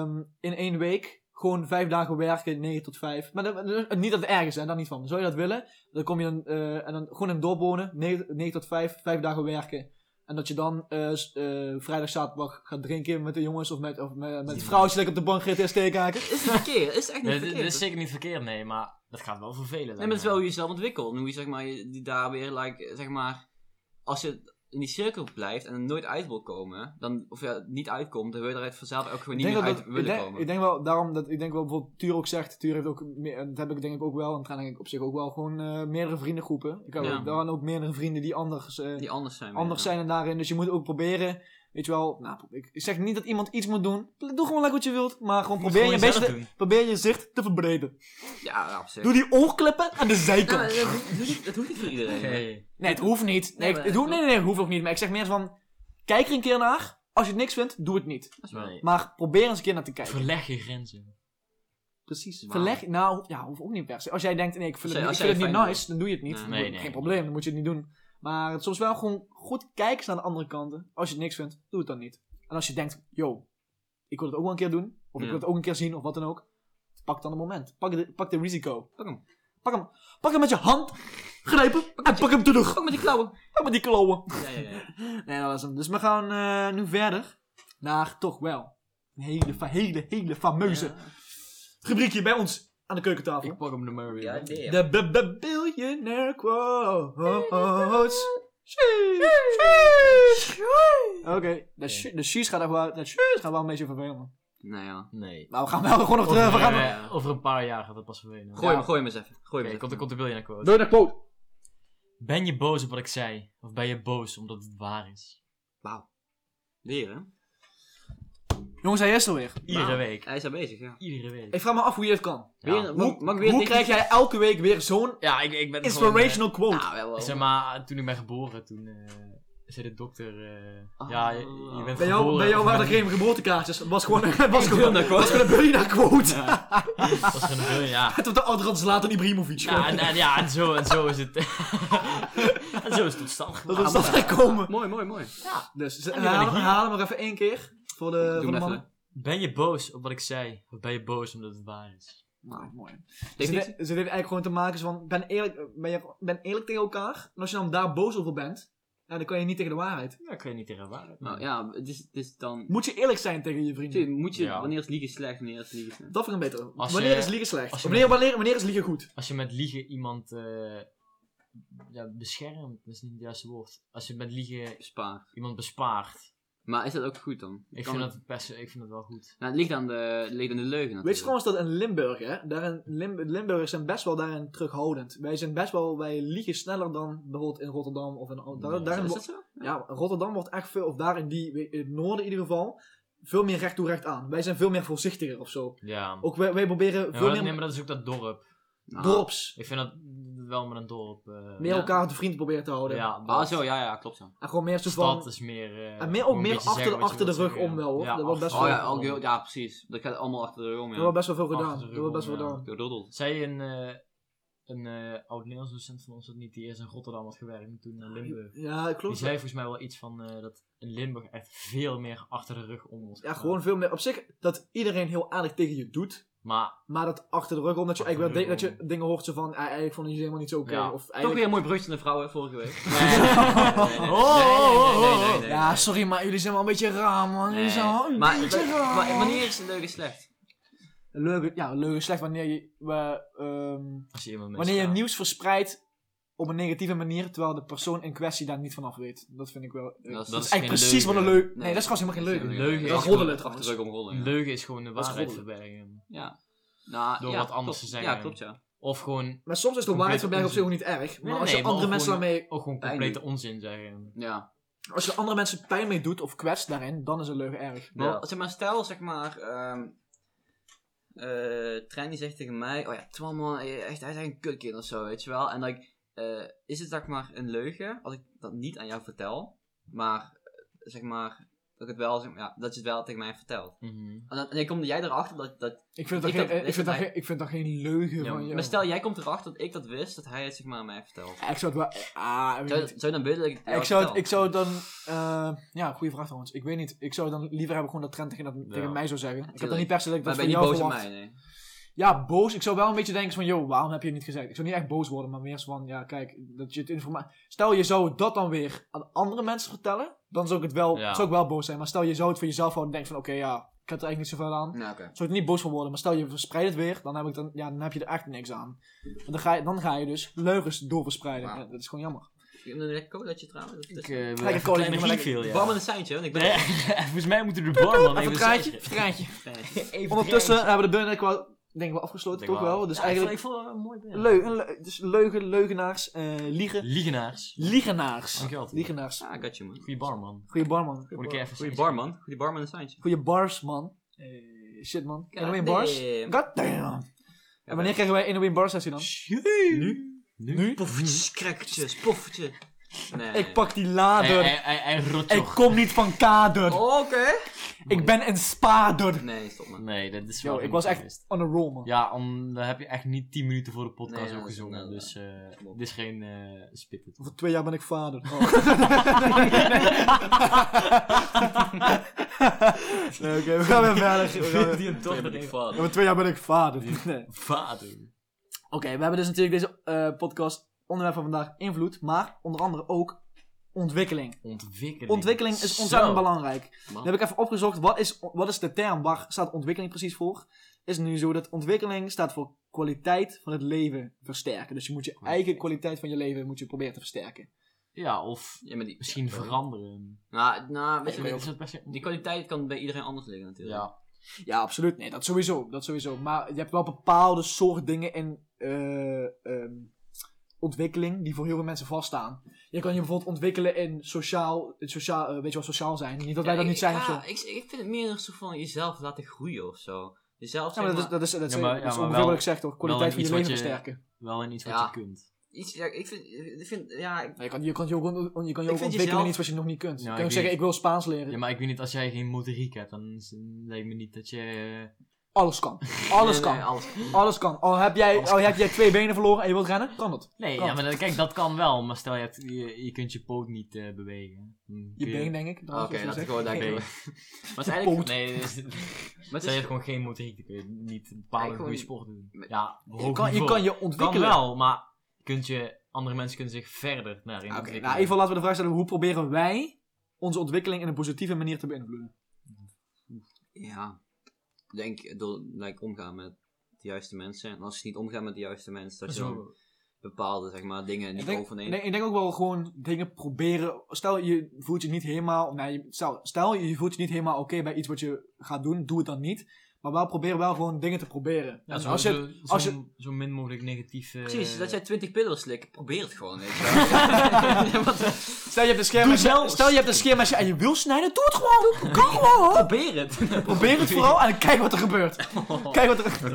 in 1 week gewoon 5 dagen werken, 9 tot 5? Maar niet dat het erg is, hè, daar niet van. Zou je dat willen? Dan kom je en dan gewoon in een dorp wonen, 9 tot 5 dagen werken. En dat je dan vrijdag, zaterdag gaat drinken met de jongens of met het vrouwtje lekker op de bank GTST kijken. Is het verkeerd? Is het echt niet Nee, verkeerd? dit is zeker niet verkeerd, nee, maar dat gaat wel vervelen. Nee, maar het is wel hoe je jezelf ontwikkelt. En hoe je, zeg maar, die daar weer, zeg maar, als je in die cirkel blijft en er nooit uit wil komen, dan, of ja, niet uitkomt, dan wil je eruit vanzelf ook gewoon niet meer uit willen komen. Ik denk wel, daarom dat ik denk wel bijvoorbeeld Tuur ook zegt, Tuur heeft ook, dat heb ik denk ik ook wel, en Traan denk ik op zich ook wel gewoon meerdere vriendengroepen. Ik heb Ja. ook, daar waren ook meerdere vrienden die anders die anders zijn. anders zijn en daarin, dus je moet ook proberen, weet je wel, nou, ik zeg niet dat iemand iets moet doen, doe gewoon lekker wat je wilt, maar gewoon moet probeer gewoon je best, jezelf doen. probeer je zicht te verbreden. Ja, op zich. Doe die oogkleppen aan de Ja, zijkant. maar dat hoeft niet voor iedereen. Hey. Nee, het hoeft niet. Nee, maar- Nee, het hoeft ook niet, maar ik zeg meer van, kijk er een keer naar, als je het niks vindt, doe het niet. Dat is wel. Nee. Maar probeer eens een keer naar te kijken. Verleg je grenzen. Precies. Wauw. Verleg, nou, ja, hoeft ook niet per se. Als jij denkt, nee, ik vind het Als niet jij fijn nice, dan doe je het niet. Nee. Dan Nee, moet- nee. Geen probleem, dan moet je het niet doen. Maar het soms wel gewoon goed kijken naar de andere kanten. Als je het niks vindt, doe het dan niet. En als je denkt, yo, ik wil het ook wel een keer doen. Of ik Ja. wil het ook een keer zien, of wat dan ook. Pak dan een moment. Pak de risico. Pak hem. Pak hem met je hand. Grijpen. En pak hem terug. Pak met die klauwen. Pak met die klauwen. Ja. Nee, dat was hem. Dus we gaan nu verder. Naar toch wel een hele fameuze rubriekje bij ons aan de keukentafel. Ik pak hem er maar weer. Ja, damn. De Billionaire Quotes. Oké, de shees gaat wel een beetje vervelen. Nou ja. Nee. Maar we gaan wel gewoon nog terug. We gaan Over een paar jaar gaat dat pas vervelen. Gooi hem eens even. Gooi hem Oké, eens even. komt de Billionaire quote. door naar quote. Ben je boos op wat ik zei? Of ben je boos omdat het waar is? Wauw. Weer, hè? Jongens, hij is er weer. Iedere Nou, week. Hij is al bezig, ja. Iedere week. Ik vraag me af hoe je het kan. Ja. Weer, mag ik weer Hoe dit- krijg jij elke week weer zo'n Ja, ik ben inspirational quote? Nou, wel. Zeg maar, toen ik ben geboren, toen zei de dokter... ja, je bent Bij geboren... jou waren er geen geboortekaartjes. Het was gewoon een Billionaire quote. Billionaire quote. Dat was gewoon een biljoen, ja. Het was de oudere Zlatan Ibrahimovic. Ja, en zo is het... en zo is het tot stand Dat gekomen. is dat gekomen. Mooi. Dus En nu ben ik hier. herhaal hem nog even 1 keer. Voor de Doe hem mannen. even. Ben je boos op wat ik zei? Of ben je boos omdat het waar is? Nou, mooi. Dus Definitie. dit heeft eigenlijk gewoon te maken van, ben eerlijk tegen elkaar. En als je dan daar boos over bent, Ja, dan kan je niet tegen de waarheid. Ja, kun je niet tegen waarheid. Nou ja, het is dan... Moet je eerlijk zijn tegen je vrienden. Moet je, Ja. wanneer is liegen slecht, wanneer is liegen slecht? Dat vind ik een betere. Als Wanneer je- is liegen slecht? als je- Wanneer is liegen goed? Als je met liegen iemand beschermt, dat is niet het juiste woord. Als je met liegen Spaar. iemand bespaart. Maar is dat ook goed dan? Ik vind dat wel goed. Nou, het ligt aan de leugen natuurlijk. Weet je trouwens dat in Limburg, hè? Limburgers zijn best wel daarin terughoudend. Wij liegen sneller dan bijvoorbeeld in Rotterdam of in... daarin Is wo- dat zo? Ja, Rotterdam wordt echt veel, of daar in het noorden in ieder geval, veel meer recht toe recht aan. Wij zijn veel meer voorzichtiger of zo. Ja. Ook wij proberen Ja, veel maar meer nee, maar dat is ook dat dorp. Nou, dorps, Ik vind dat wel met een dorp. meer elkaar te vriend proberen te houden. Ja, Ah, zo, ja, klopt zo. En gewoon meer zo van... stad is meer. En meer, ook gewoon een meer beetje zeggen wat je achter de wilt rug zeggen. om wel, hoor. Ja, Dat wordt best achter- wel- Oh ja, ook heel, ja, precies. Dat gaat allemaal achter de rom, Er wordt ja. best wel veel Achter gedaan. de Er rug wordt best om, wel ja. gedaan. Dododdeld. Zei een oud-Nederlands docent van ons dat niet, die eerst in Rotterdam had gewerkt en toen in Limburg. Ja, Die klopt. zei volgens mij wel iets van dat in Limburg echt veel meer achter de rug om wordt Ja, gegaan. gewoon veel meer. Op zich, dat iedereen heel aardig tegen je doet. Maar dat achter de rug om, dat je, Achter de eigenlijk rug dat je dingen hoort zo van, eigenlijk vond je ze helemaal niet zo oké. Ja. Of Toch eigenlijk... weer een mooi bruggetje naar de vrouwen vorige week. Nee. Ja, sorry, maar jullie zijn wel een beetje raar, man. Jullie zijn wel een Maar beetje raar. wanneer is een leugen slecht? Leugen slecht wanneer je, Als je iemand wanneer je nieuws verspreidt op een negatieve manier, terwijl de persoon in kwestie daar niet vanaf weet. Dat vind ik wel... Dat dat is is geen eigenlijk precies wat een leugen. leugen... Nee, dat is gewoon helemaal geen leugen. Leugen Dat is is roddelen gewoon- trouwens. Achter de rug om rollen, Een ja. leugen is gewoon de Dat is waarheid roddelen. verbergen. Ja. Nou, Door ja, wat anders klopt. te zeggen. Ja, klopt, ja. Of gewoon, Maar soms is de waarheid verbergen op zich ook niet erg. Maar Nee, als nee, je maar andere ook mensen gewoon- daarmee... ook gewoon Pijn complete doen. onzin zeggen. Ja. Als je andere mensen pijn mee doet of kwetst daarin, dan is een leugen erg. Maar Ja. zeg maar, stel zeg maar, Trein die zegt tegen mij, oh ja, Twan man, hij is echt een kutkind of zo, weet je wel. En dan is het zeg maar een leugen als ik dat niet aan jou vertel, maar zeg maar, dat ik het wel, zeg maar, ja, dat je het wel tegen mij vertelt. En dan kom jij erachter dat Ik vind dat geen leugen ja, van je. maar stel jij komt erachter dat ik dat wist, dat hij het zeg maar aan mij vertelt. Ik zou het wel... weet Zou niet. je dan willen dat ik het jou Ik vertel? zou het dan... ja, goede vraag trouwens. Ik weet niet. Ik zou dan liever hebben gewoon dat Trent tegen mij zou zeggen. Ik heb dan niet per se dat ik Maar dat ben van je jou niet boos op verwacht. mij, nee. Ja, boos. Ik zou wel een beetje denken van, joh, waarom heb je het niet gezegd? Ik zou niet echt boos worden, maar meer zo van, ja, kijk, dat je het informatie... Stel, je zou dat dan weer aan andere mensen vertellen, dan zou ik het wel, Ja. zou ik wel boos zijn. Maar stel, je zou het voor jezelf houden en denkt van, oké, ja, ik heb er eigenlijk niet zoveel aan. Nou, oké. Zou ik er niet boos van worden, maar stel je verspreidt het weer, dan heb je er echt niks aan. Want dan ga je dus leugens doorverspreiden. Wauw. Ja, dat is gewoon jammer. Je hebt een lekker colaatje trouwens. Ik Dat is- wil Lekker even kolen, een maar kleine lekker- refill, ja. Warm in een seintje, want ik ben... Nee, volgens mij moeten we de barman Even een traantje. Even Ondertussen traantje. hebben we de binnen denk ik wel afgesloten, Denk toch wel? Dus Ja, eigenlijk ik vond het wel een mooi beeld. dus leugenaars, liegen. Liegenaars. Liegenaars. Dankjewel. Liegenaars. Ah, I got you, man. Goeie barman. Goeie barman. Moet ik even Goeie zeggen. barman. Goeie barman in een seintje. Goeie bars, man. Shit, man. God Inno in bars? damn. God damn. En wanneer krijgen wij Inno in bar sessie dan? Nu? Poffertjes, crackertjes, poffertjes. Nee. Ik pak die lader. En Ik rotjoch. kom niet van kader. Oké. Ik ben een spader. Nee, stop man. Nee, dat is Yo, wel ik was echt geweest. on a roll, man. Ja, dan heb je echt niet 10 minuten voor de podcast Nee, dat is opgezongen. wel, Dus dit is geen spitten. Over 2 jaar ben ik vader. Oh. Nee, oké, we gaan weer verder. Die een toch Over 2 jaar ben ik vader. Nee. vader. Oké, we hebben dus natuurlijk deze podcast onderwerp van vandaag invloed, maar onder andere ook ontwikkeling. Ontwikkeling is ontzettend belangrijk. Dan heb ik even opgezocht, wat is de term, waar staat ontwikkeling precies voor? Is het nu zo dat ontwikkeling staat voor kwaliteit van het leven versterken. Dus je moet je eigen kwaliteit van je leven moet je proberen te versterken. Ja, of Ja, maar die... misschien veranderen. Nou, weet je, Is dat best... die kwaliteit kan bij iedereen anders liggen natuurlijk. Ja. Ja, absoluut. Nee, dat sowieso. Maar je hebt wel bepaalde soort dingen in ontwikkeling die voor heel veel mensen vaststaan. Je kan je bijvoorbeeld ontwikkelen in sociaal weet je wat sociaal zijn? Niet dat wij dat niet zijn of zo. Ik vind het meer een soort van jezelf laten groeien of zo. Jezelf, Ja, zeg maar maar, dat is Ja, maar ongeveer wel- wat ik zeg toch? Kwaliteit van je iets wat leven je- versterken. Wel in iets wat Ja. je kunt. iets, ja, ik vind ja, Ja, je kan je ook ontwikkelen jezelf- in iets wat je nog niet kunt. Ja, je kan ook ik zeggen, weet- ik wil Spaans leren. Ja, maar ik weet niet, als jij geen motoriek hebt, dan lijkt me niet dat je... Alles kan. Alles kan. Nee, alles. Alles kan. Al heb jij 2 benen verloren en je wilt rennen, kan het. Nee, Kan. ja, maar kijk, dat kan wel. Maar stel, je kunt je poot niet bewegen. Dan Je kun been, denk ik. Oké, laten we gewoon Oké. denken. Maar het is eigenlijk... Poot. Nee, Maar het stel je is, hebt gewoon geen motoriek, dan kun je niet een bepaalde Nee, goede gewoon- sport doen. Ja, Je kan je kan ontwikkelen. wel, maar andere mensen kunnen zich verder daarin Oké, ontwikkelen. nou, in ieder geval laten we de vraag stellen, hoe proberen wij onze ontwikkeling in een positieve manier te beïnvloeden? Ja, ik denk door omgaan met de juiste mensen. En als je niet omgaat met de juiste mensen, dat je dan bepaalde zeg maar, dingen niet overneemt. Ik denk ook wel gewoon dingen proberen. Stel je voelt je niet helemaal. Nee, stel je voelt je niet helemaal oké bij iets wat je gaat doen, doe het dan niet. Maar wel probeer wel gewoon dingen te proberen. Ja, En zo min mogelijk negatief... Precies, dat jij 20 pillen wil slikken, probeer het gewoon. Weet je. Stel je hebt een scheermesje en je wil snijden, doe het gewoon. Kan gewoon. Probeer het. Probeer het vooral en kijk wat er gebeurt. Kijk wat er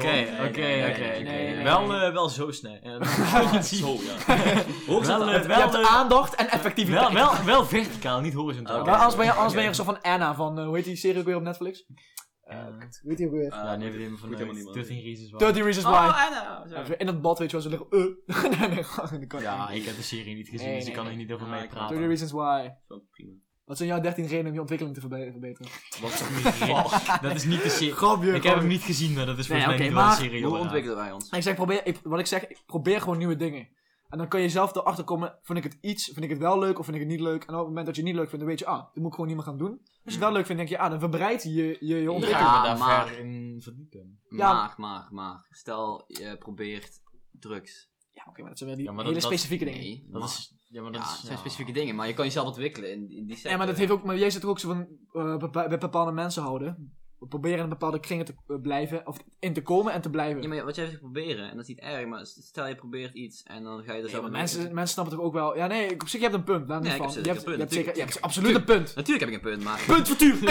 Oké. Wel zo snel. Zo, ja. Je hebt aandacht en effectiviteit. Wel verticaal, niet horizontaal. Maar anders ben je zo van Anna van, hoe heet die serie ook weer op Netflix? Weet je ook weer? Ja, nee, we nemen van 13 Reasons Why. 30 Reasons Why. Oh, In het bad, weet je wel, ze liggen, Ja, ik heb de serie niet gezien, dus ik kan er niet over mee praten. 30 Reasons Why. Prima. Wat zijn jouw 13 redenen om je ontwikkeling te verbeteren? Wat is niet dat is niet de serie. Grapje. Ik heb hem niet gezien, maar dat is volgens mij niet wel een serie. Hoe ontwikkelen wij ons? Ik probeer gewoon nieuwe dingen. En dan kan je zelf erachter komen, vind ik het wel leuk of vind ik het niet leuk. En op het moment dat je het niet leuk vindt, dan weet je, dat moet ik gewoon niet meer gaan doen. Als je het wel leuk vindt, denk je, dan verbreidt je ontwikkeling. Ja, daar ver in verdiepen. Maar. Stel, je probeert drugs. Ja, oké, maar dat zijn wel die hele specifieke dingen. Nee, dat zijn specifieke dingen, maar je kan jezelf ontwikkelen in die sector. Ja, maar dat heeft ook, maar jij zit er ook zo van, bij bepaalde mensen houden. We proberen in bepaalde kringen te blijven, of in te komen en te blijven. Ja, maar wat jij zegt proberen, en dat is niet erg, maar stel je probeert iets en dan ga je er zelf mensen snappen toch ook wel. Ja, nee, op zich je hebt een punt. Ja, je hebt absoluut een punt. Natuurlijk heb ik een punt, maar... Punt voor Tuur!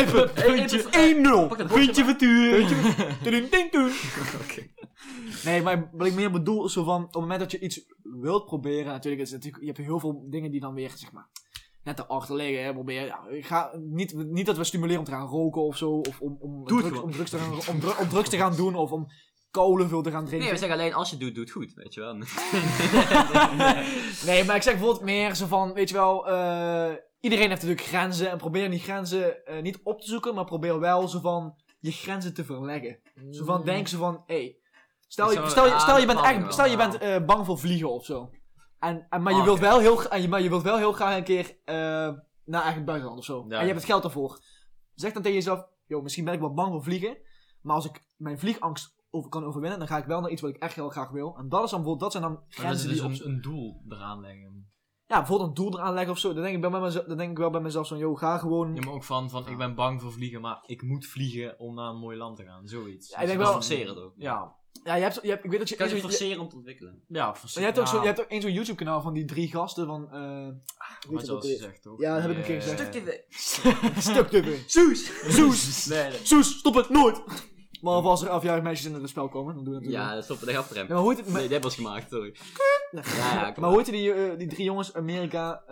1-0! Puntje voor Tuur! Oké. Nee, maar wat ik meer bedoel is zo van, op het moment dat je iets wilt proberen, natuurlijk, je hebt heel veel dingen die dan weer, zeg maar, net erachter liggen. Hè, probeer, ik ga niet dat we stimuleren om te gaan roken of zo, of om drugs te gaan doen, of om kolen veel te gaan drinken. Nee, we zeggen alleen als je het doet, doe het goed, weet je wel. Nee, maar ik zeg bijvoorbeeld meer zo van, weet je wel, iedereen heeft natuurlijk grenzen en probeer die grenzen niet op te zoeken, maar probeer wel zo van je grenzen te verleggen. Zo van, denk zo van, stel je bent bang voor vliegen of zo. Maar je wilt wel heel graag een keer naar het buitenland of zo. Ja. En je hebt het geld ervoor. Zeg dan tegen jezelf, misschien ben ik wel bang voor vliegen, maar als ik mijn vliegangst kan overwinnen, dan ga ik wel naar iets wat ik echt heel graag wil. En dat zijn dan grenzen die dus een doel eraan leggen. Ja, bijvoorbeeld een doel eraan leggen of zo. Dan denk ik wel bij mezelf van, ga gewoon... Ja, maar ook van ik ben bang voor vliegen, maar ik moet vliegen om naar een mooi land te gaan. Zoiets. Ja, ik denk wel... Forceren ook. Ja. Ja, ik weet dat je... Kan je forceren om te ontwikkelen? Ja, forceren. Je hebt ook één zo'n YouTube kanaal van die 3 gasten van... Wat zoals je zegt, toch? Ja, dat heb ik een keer gezegd. Stuk TV. Soes! Nee. Soes, stop het, nooit! Maar als er 11-jarige meisjes in het spel komen, dan doen we het natuurlijk. Ja, dat stoppen, dat gaat remmen. Ja, maar hoe heet het... Nee, dat was gemaakt, sorry. Maar hoe heet die 3 jongens, Amerika...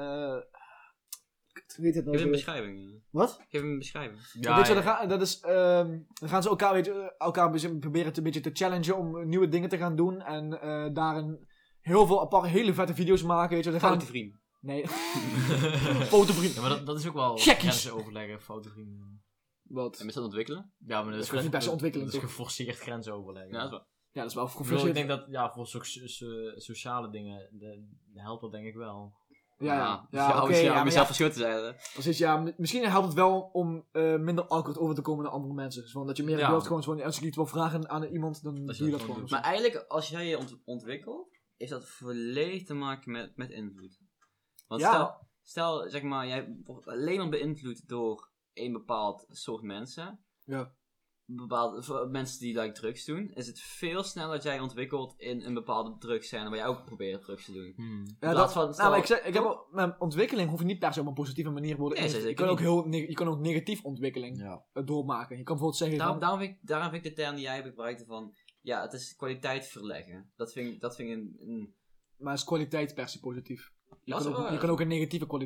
Weet het Geef hem een beschrijving. Wat? Geef hem een beschrijving. Ja, weet je, dan gaan ze elkaar proberen een beetje te challengen om nieuwe dingen te gaan doen. En daarin heel veel aparte, hele vette video's maken. Weet je. Foute vriend. Nee. Fotovriend. Ja, maar dat is ook wel Gekkies. grenzen overleggen, fotovrienden. Wat? En met dat ontwikkelen? Ja, maar dat is niet best ontwikkeling, dat is toch? geforceerd grenzen overleggen. Ja, dat is wel. Ja, dat is wel Ik geforceerd. denk dat, voor sociale dingen, helpt dat denk ik wel. Ja, om jezelf verschut te zijn. Precies, ja. Misschien helpt het wel om minder awkward over te komen naar andere mensen. Dus van, dat je meer gelooft gewoon van, als ik iets wil vragen aan iemand, dan doe je dat gewoon. Maar eigenlijk, als jij je ontwikkelt, is dat volledig te maken met invloed. Want stel, zeg maar, jij wordt alleen maar beïnvloed door een bepaald soort mensen. Ja. Bepaalde mensen die drugs doen, is het veel sneller dat jij ontwikkelt in een bepaalde drugscène waar jij ook probeert drugs te doen. Ja, mijn ontwikkeling hoef je niet per se op een positieve manier te worden. Nee, je kan ook negatief ontwikkeling doormaken. Je kan bijvoorbeeld zeggen... Daarom vind ik de term die jij gebruikte van, ja, het is kwaliteit verleggen. Dat vind ik een... Maar is kwaliteit per se positief? Je Ja, kan ook een negatieve kwaliteit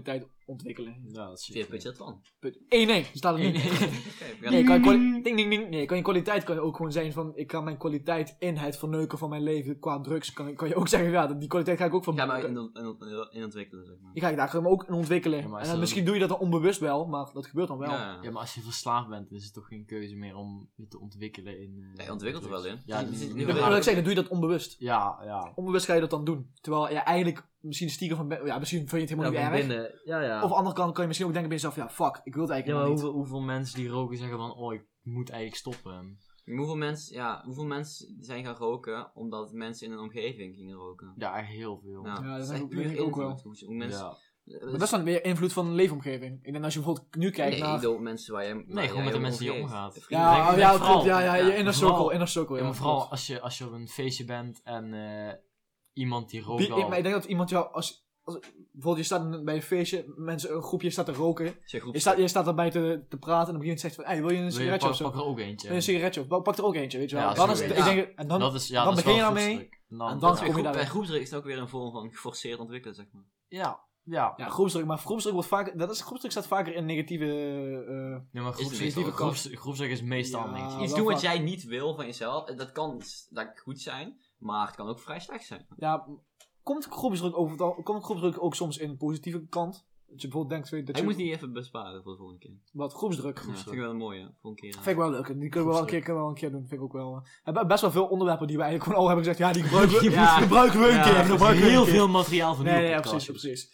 ontwikkelen. Ja, dat is Via budget van. 1-1, staat er niet. Oké, Nee, kan je kwaliteit kan ook gewoon zijn van, ik kan mijn kwaliteit in het verneuken van mijn leven qua drugs, kan je ook zeggen, ja, die kwaliteit ga ik ook van... Ja, maar in ontwikkelen, zeg maar. Daar ga ik me ook in ontwikkelen. Ja, maar en dan- misschien doe je dat dan onbewust wel, maar dat gebeurt dan wel. Ja. Ja, maar als je verslaafd bent, is het toch geen keuze meer om je te ontwikkelen in... Ja, je ontwikkelt er wel in. Ja, Wat ik zeg, dan doe je dat onbewust. ja. Onbewust ga je dat dan doen. Terwijl je eigenlijk misschien stiekem van... Ja, misschien vind je het helemaal niet erg. Ja. Of aan de andere kant kan je misschien ook denken bij jezelf, ja, fuck, ik wil het Ja, eigenlijk maar niet. hoeveel mensen die roken zeggen van, oh, ik moet eigenlijk stoppen. Hoeveel mensen zijn gaan roken omdat mensen in een omgeving gingen roken? Ja, echt heel veel. Ja, dat is denk echt ik puur ook wel. invloed. Hoe mensen... Ja. Maar dat is dan weer invloed van een leefomgeving. Ik denk als je bijvoorbeeld nu kijkt Nee, naar... ik bedoel mensen waar je... Nee, gewoon met de mensen die je omgaat. Klopt. Ja, je inner vooral- circle. Ja, maar vooral als je op een feestje bent en iemand die rookt al... Maar ik denk dat iemand jou... Bijvoorbeeld je staat bij een feestje, een groepje staat te roken. Je staat erbij te praten en dan begint je zegt van, hey, wil je een sigaretje of zo? Pak er ook eentje. Wil je een sigaretje of pak er ook eentje, weet je wel. Ja, Dan is sorry. het, ik denk, en dan dat begin je wel daarmee. groepsdruk. En dan ja. kom je daar Bij weer. groepsdruk is het ook weer een vorm van geforceerd ontwikkelen, zeg maar. Ja. Ja, groepsdruk, maar groepsdruk wordt vaak, groepsdruk staat vaker in negatieve... Nee, maar meestal groepsdruk is meestal Ja. niks. Iets wel doen wat vaak. jij niet wil van jezelf, dat kan goed zijn, maar het kan ook vrij slecht zijn. Ja, komt groepsdruk ook soms in een positieve kant? Dat je bijvoorbeeld denkt dat Hij je... moet die even besparen voor de volgende keer. Wat, groepsdruk? Ja, vind ik wel een mooie, voor een keer. Vind ik wel leuk. Die kunnen we wel een keer doen. Vind ik ook wel. We hebben best wel veel onderwerpen die we eigenlijk gewoon al hebben gezegd. Ja, die gebruiken we, Ja. gebruiken we een keer. Heel veel materiaal van Nee, precies.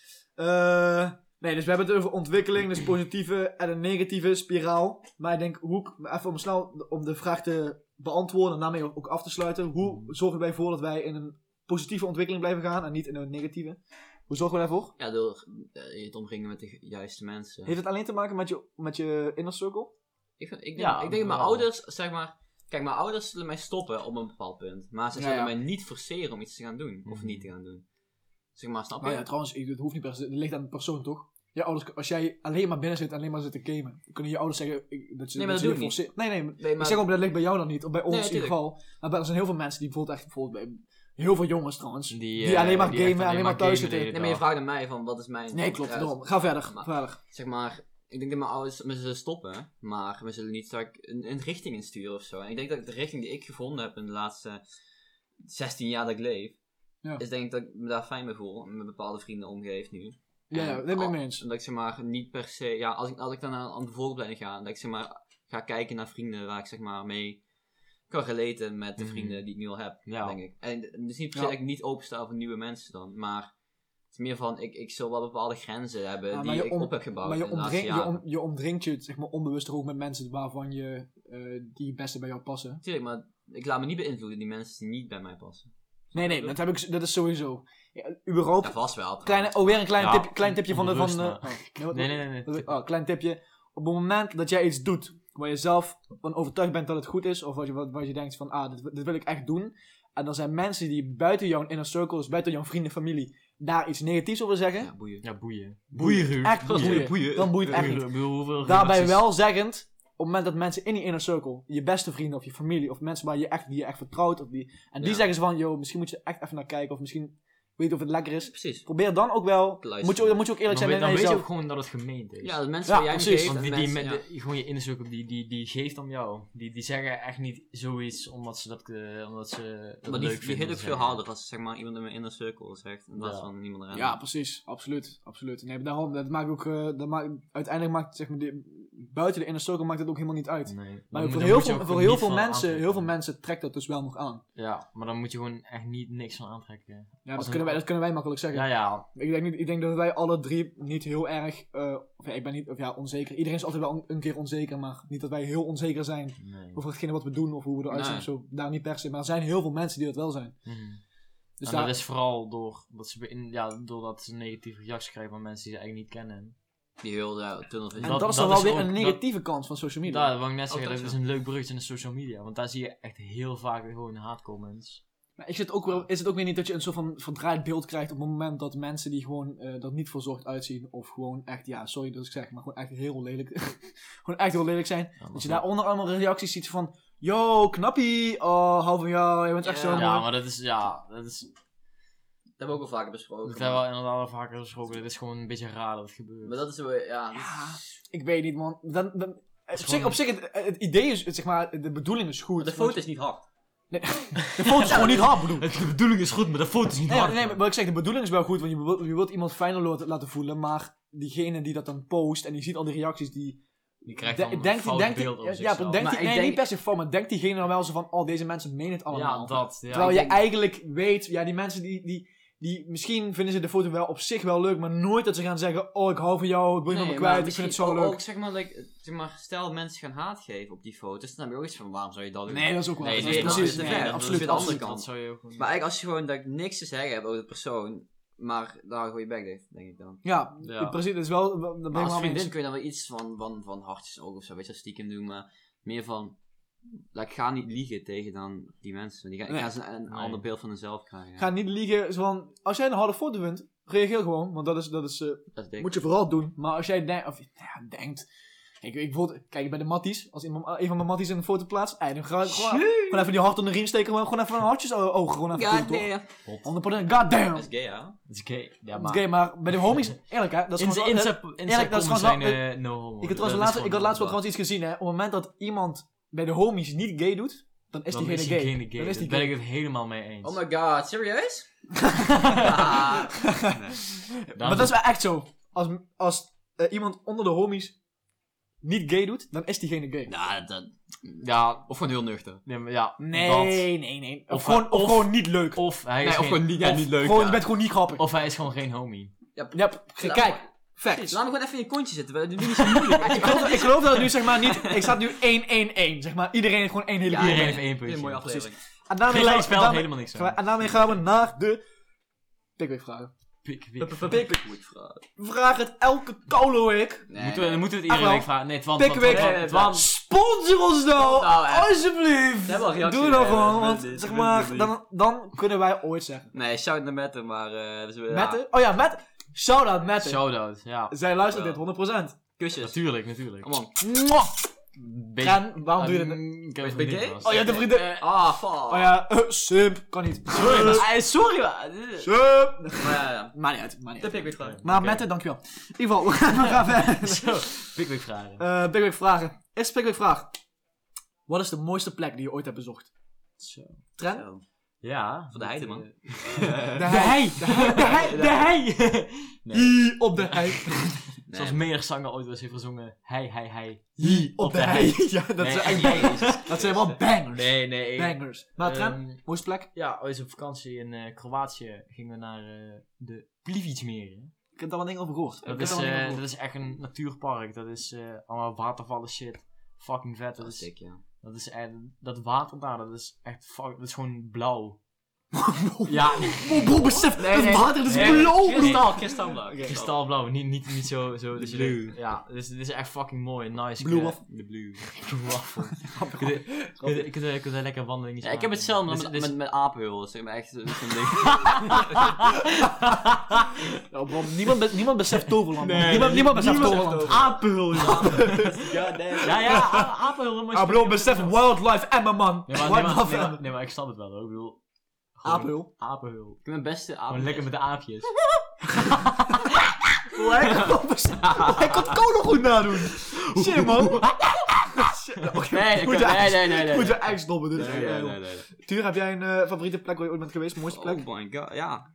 Dus we hebben het over ontwikkeling, dus positieve en een negatieve spiraal. Maar ik denk, even om de vraag te beantwoorden en daarmee ook af te sluiten. Hoe zorgen wij ervoor dat wij in een positieve ontwikkeling blijven gaan en niet in een negatieve? Hoe zorgen we daarvoor? Ja, door je te omringen met de juiste mensen. Heeft het alleen te maken met je inner circle? Ik denk mijn ouders, zeg maar... Kijk, mijn ouders zullen mij stoppen op een bepaald punt. Maar ze zullen mij niet forceren om iets te gaan doen. Of niet te gaan doen. Zeg maar, snap je? Nou ja, trouwens, het hoeft niet per se. Het ligt aan de persoon, toch? Je ouders, als jij alleen maar binnen zit en alleen maar zit te gamen, kunnen je ouders zeggen dat ze... Nee, maar dat doe ik niet. Nee, maar... ik zeg ook, dat ligt bij jou dan niet. Of bij ons in ieder geval. Maar er zijn heel veel mensen die bijvoorbeeld bij heel veel jongens trouwens, die alleen maar gamen, alleen maar thuis zitten. Nee, maar je vraagt aan mij van, wat is mijn... Nee, klopt, daarom. Ga verder. Zeg maar, ik denk dat mijn ouders me zullen stoppen, maar we zullen niet straks een richting insturen of zo. En ik denk dat de richting die ik gevonden heb in de laatste 16 jaar dat ik leef, is denk ik dat ik me daar fijn mee voel. En met bepaalde vrienden omgeef nu. Ja, dat ben ik mee eens. En dat ik zeg maar niet per se, ja, als ik dan aan de vooropleiding ga, dat ik zeg maar ga kijken naar vrienden waar ik zeg maar mee kan relaten met de vrienden die ik nu al heb, denk ik. En het is niet per se dat ik niet opensta voor nieuwe mensen dan, maar het is meer van, ik zal wel bepaalde grenzen hebben die ik op heb gebouwd. Maar je omdringt je zeg maar onbewust er ook met mensen waarvan je die het beste bij jou passen. Tuurlijk, maar ik laat me niet beïnvloeden die mensen die niet bij mij passen. Nee, dat is sowieso. Ja, überhaupt. Ja, vast wel. Weer een klein tipje van de... Nee. Klein tipje. Op het moment dat jij iets doet waar je zelf van overtuigd bent dat het goed is, of wat je denkt van, dit wil ik echt doen. En er zijn mensen die buiten jouw inner circle, dus buiten jouw vrienden, familie, daar iets negatiefs over zeggen. Ja, boeien. Ja, boeien. Echt boeien. Dan boeit het echt niet. Daarbij wel zeggend, op het moment dat mensen in die inner circle, je beste vrienden of je familie, of mensen die je echt vertrouwt, die zeggen ze van, yo, misschien moet je echt even naar kijken, of misschien weet je of het lekker is. Precies. Probeer dan ook wel, dan moet je ook eerlijk zijn naar jezelf. Dan weet je ook gewoon dat het gemeend is. Ja, de mensen waar jij me geeft. Want gewoon je inner circle, die geeft om jou. Die zeggen echt niet zoiets omdat ze dat leuk vinden. Die hit ook veel harder als zeg maar iemand in mijn inner circle zegt, in plaats van niemand erin. Ja, precies. Absoluut. Nee, daarom, uiteindelijk maakt zeg maar, buiten de inner circle maakt het ook helemaal niet uit. Nee, maar voor heel veel mensen trekt dat dus wel nog aan. Ja, maar dan moet je gewoon echt niet van aantrekken. Ja, dat kunnen wij makkelijk zeggen. Ja. Ik denk dat wij alle drie niet heel erg... ik ben niet onzeker. Iedereen is altijd wel een keer onzeker, maar niet dat wij heel onzeker zijn over hetgene wat we doen of hoe we eruit zien of zo. Daar niet per se. Maar er zijn heel veel mensen die dat wel zijn. Dus dat is vooral doordat ze negatieve reacties krijgen van mensen die ze eigenlijk niet kennen. Die heel tunnel en dat is dan wel weer een negatieve kant van social media. Dat wil ik net zeggen, dat is een leuk bruggetje in de social media. Want daar zie je echt heel vaak gewoon haatcomments. Maar is het ook weer niet dat je een soort van verdraaid beeld krijgt op het moment dat mensen die gewoon dat niet verzorgd uitzien of gewoon echt, sorry dat ik zeg, maar gewoon echt heel lelijk gewoon echt heel lelijk zijn. Ja, dat je daar onder andere reacties ziet van, yo, knappie, oh, hou van jou, je bent echt zo mooi. Ja, maar dat is... hebben we ook al vaker besproken. Dat hebben we inderdaad al vaker besproken. Het is gewoon een beetje raar dat het gebeurt. Maar dat is wel, ja. Ik weet niet, man. Op zich het idee is, zeg maar, de bedoeling is goed. De foto is niet hard. Nee, de foto is gewoon niet hard, bedoel. De bedoeling is goed, maar de foto is niet hard. Nee, maar wat ik zeg, de bedoeling is wel goed, want je wilt iemand fijner laten voelen, maar diegene die dat dan post en die ziet al die reacties, die krijgt dan een fout beeld over zichzelf. niet per se van, maar denkt diegene dan wel zo van, oh, deze mensen menen het allemaal. Ja, dat. Ja. Terwijl je eigenlijk weet, ja, die mensen die misschien vinden ze de foto wel op zich wel leuk, maar nooit dat ze gaan zeggen, oh, ik hou van jou, ik wil je van me kwijt, ik vind het zo leuk. Ook, zeg maar, stel mensen gaan haat geven op die foto's, dan heb je ook iets van, waarom zou je dat doen? Nee, dat is ook wel. Nee, dat is precies. absoluut de andere kant. Maar eigenlijk als je gewoon dat ik niks te zeggen heb over de persoon, maar daar gewoon je bek dicht, denk ik dan. Ja, precies, dat is wel. Maar als vriendin kun je dan wel iets van hartjes ook of zo, weet je, stiekem doen, maar meer van, ik ga niet liegen tegen dan die mensen. Die gaan ze een ander beeld van hunzelf krijgen. Ga niet liegen, zo van, als jij een harde foto vindt, reageer gewoon, want dat is moet je vooral doen. Maar als jij denkt, ik bijvoorbeeld, kijk bij de matties, als een van mijn matties een foto plaatst, dan ga ik gewoon even die hart onder de riem steken, gewoon even een hartjes ogen, gewoon even ja, doen, nee, toch? 100%, goddamn! Dat is gay, ja. Dat is gay. Ja, Dat is gay, maar bij de homies, eerlijk hè, dat is gewoon... Eerlijk, dat is gewoon no homo. Ik had laatst wel trouwens iets gezien hè, op het moment dat iemand bij de homies niet gay doet, dan is diegene gay. Dan is die ben ik het helemaal mee eens. Oh my god, serieus? Maar dat is wel echt zo. Als iemand onder de homies niet gay doet, dan is diegene gay. Ja, of gewoon heel nuchter. Nee. Of gewoon niet leuk. Of hij is gewoon niet leuk. Gewoon, je bent gewoon niet grappig. Of hij is gewoon geen homie. Ja, kijk. Facts. Laat me gewoon even in je kontje zitten. We doen niet zo moeilijk. Ik geloof dat het nu zeg maar niet... Ik sta nu 1-1-1. Zeg maar, iedereen heeft gewoon één hele iedereen heeft één puntje. Een mooie aflevering. Gelijkspel, helemaal niks aan. En daarmee gaan we naar de... Pickwick-vragen. Pickwick-vragen. We vragen het elke koude week. Moeten we het iedere week vragen? Nee, Pickwick, sponsor ons nou! Alsjeblieft! Doe dat gewoon, want zeg maar, dan kunnen wij ooit zeggen. Nee, shout naar Mette, maar... Mette? Oh ja, Mette. Shout-out, Mette. Shout-out, ja. Zij luistert dit, 100%. Kusjes. Natuurlijk. Come on. Ren, waarom doe je dit? Ben je gay? Oh ja, de vrienden. Fuck. Oh ja, simp. Kan niet. Sorry, Simp. Ja. Maakt niet uit. De Pickwick-vragen. Maar Mette, dankjewel. In ieder geval, we gaan verder. Pickwick-vragen. Pickwick-vragen. Eerste Pickwick-vraag. Wat is de mooiste plek die je ooit hebt bezocht? Zo. Tren? Ja. Van de heide, man. De hei. Nee. Op de hei. Zoals menig zanger ooit was heeft gezongen. Hij. Op de hei. Ja, dat zijn wel bangers. Nee. Bangers. Maar Tren, mooiste plek? Ja, ooit op vakantie in Kroatië gingen we naar de Plivicmeren. Ik heb daar wat dingen over gehoord. Dat is echt een natuurpark. Dat is allemaal watervallen shit. Fucking vet. Dat is dik, ja. Dat is dat water daar, dat is echt dat is gewoon blauw. Ja, bro, besef, het water is blauw. Kristalblauw. Kristalblauw, niet zo dus blue. Ja, dus dit is echt fucking mooi, nice. Blue waffle. De blue waffle. Ik kunt een lekker wandeling. Ja, ik heb hetzelfde met apenhul. Dat is echt zo'n ding. Ja, bro, niemand beseft Toverland. Nee, niemand beseft Toverland. Apenhul, ja, apenhul. Ah, bro, besef wildlife Emma, man. Nee, maar ik snap het wel, hoor. Ik bedoel... Apenhul. Apenhul. Ik heb mijn beste apenhul. Gewoon lekker met de aapjes. Hij kan het code goed nadoen. Shit, man. Nee. Moet je echt stoppen. Nee. Tuur, heb jij een favoriete plek waar je ooit bent geweest? Mooiste plek? Oh my god, ja.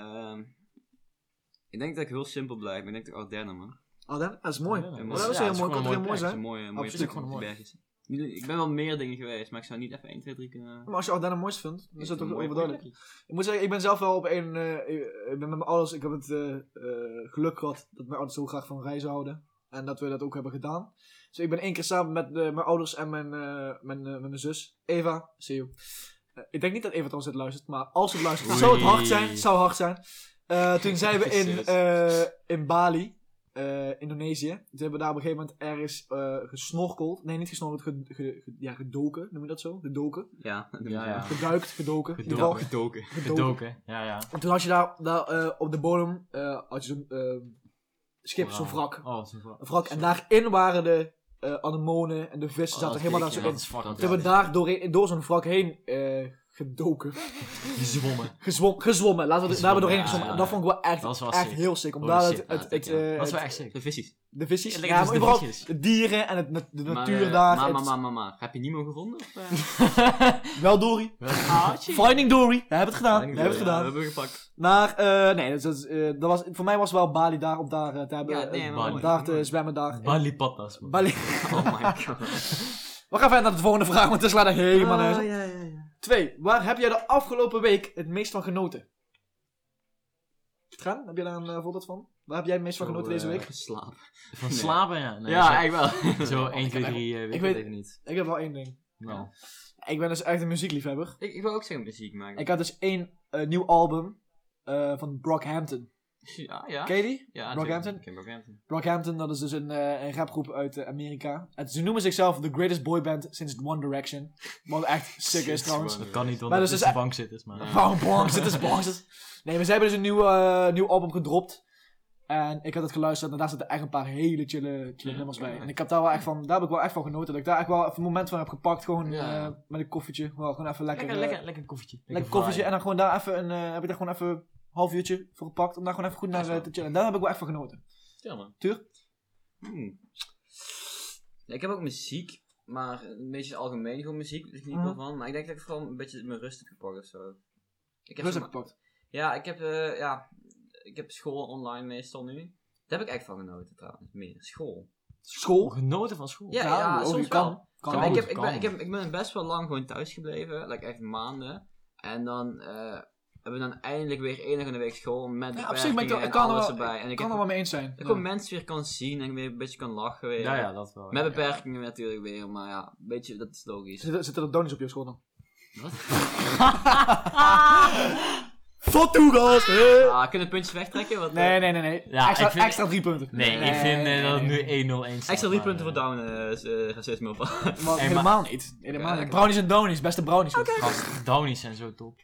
Ik denk dat ik heel simpel blijf, maar ik denk dat Ardennen, man. Ardennen? Dat is mooi. Dat is heel mooi. Kan heel mooi zijn. Mooie bergjes. Ik ben wel meer dingen geweest, maar ik zou niet even 1, 2, 3 kunnen... Maar als je Ardennen mooist vindt, dan is dat toch overduidelijk. Ik moet zeggen, ik ben zelf wel op ik ben met mijn ouders, ik heb het geluk gehad dat mijn ouders zo graag van reizen houden. En dat we dat ook hebben gedaan. Dus ik ben 1 keer samen met mijn ouders en mijn zus, Eva, see you. Ik denk niet dat Eva trouwens het luistert, maar als het luistert, zou het hard zijn. Toen zijn we in Bali. Indonesië. Toen hebben we daar op een gegeven moment ergens gesnorkeld. Nee, niet gesnorkeld, gedoken. Noem je dat zo? Gedoken? Ja. Geduikt, gedoken. Gedoken. Ja. En toen had je daar op de bodem had je zo'n schip, zo'n wrak. Oh, zo'n wrak. En daarin waren de anemonen en de vissen zaten helemaal daar zo in. Toen hebben we daar door zo'n wrak heen gedoken. Gezwommen. Laten we daar doorheen Ja, gezwommen. ja. Dat vond ik wel echt, Dat was wel echt sick. heel sick. Om Holy daar shit, het, dat was wel echt sick. De visies. de visies. Lekker Ja, dus maar de überhaupt visjes. de dieren en de natuur Maar, daar. Maar, heb je Nemo gevonden? Of, Wel Dory. Finding Dory. We hebben het gedaan. Ja, We hebben het gedaan. we hebben gepakt. Maar, nee, dat was, voor mij was wel Bali daar om daar te hebben. Ja, nee, maar om mooi. daar te zwemmen daar. Balipatas, man. Bali. Oh my god. We gaan verder naar de volgende vraag, want het slaat er helemaal nergens op. ja. 2. Waar heb jij de afgelopen week het meest van genoten? Gaan, heb jij daar een voorbeeld van? Waar heb jij het meest van genoten deze week? Geslapen. Van Nee. slapen, ja. Nee, Ja, zo- eigenlijk wel. Zo 1, 2, heb 3 weet ik ik weet- het even niet. Ik heb wel één ding. Nou. Ik ben dus echt een muziekliefhebber. Ik wil ook zeggen muziek maken. Ik had dus één nieuw album van Brockhampton. Ja. Ken je die? Ja, Brockhampton? Ik ken Brockhampton. Brockhampton, dat is dus een rapgroep uit Amerika. En ze noemen zichzelf The Greatest Boyband Since One Direction. Wat echt sick is trouwens. Dat kan niet, want Maar het dus is is de bank zit is, maar... Bongs, het is bongs. Nee, maar ze hebben dus een nieuw album gedropt. En ik had het geluisterd en daar zitten echt een paar hele chille nummers bij. En ik heb daar heb ik wel echt van genoten. Dat ik daar echt wel even een moment van heb gepakt. Gewoon Ja. met een koffietje. Wel, gewoon even lekker. Lekker koffietje. Lekker koffietje. En dan gewoon daar even heb ik daar gewoon even een half uurtje voor gepakt. Om daar gewoon even goed naar te chillen. En daar heb ik wel echt van genoten. Ja, man. Tuur? Ja, ik heb ook muziek, maar een beetje algemeen gewoon muziek, daar geniet ik wel van. Maar ik denk dat ik vooral een beetje mijn rust heb gepakt of zo. Ik heb Rustig zeg gepakt. Ja, ik heb school online meestal nu. Daar heb ik echt van genoten trouwens, meer. School. School? Genoten van school. Ja, soms wel. Kan. Ja, maar goed, ik ben best wel lang gewoon thuis gebleven, like echt maanden. En dan hebben we dan eindelijk weer één dag in de week school met Ja, op zich ben ik beperkingen ik en kan er alles wel, erbij. En ik ik kan heb er wel mee eens zijn. dat ik gewoon mensen weer kan zien en weer een beetje kan lachen weer. Ja, dat wel. Met ja. beperkingen natuurlijk weer, maar ja, een beetje, dat is logisch. Zitten er donuts op je school dan? Wat? Fotogas! Kunnen puntjes wegtrekken? Wat, Nee. Ja, ik vind- extra 3 punten. Nee, ik vind dat het nu 1-0-1 staat. Extra 3 maar, punten voor down racisme op. Maar Hey, helemaal niet. Helemaal Ja, niet. Brownies en donies, beste brownies. Gast, Downies zijn zo top.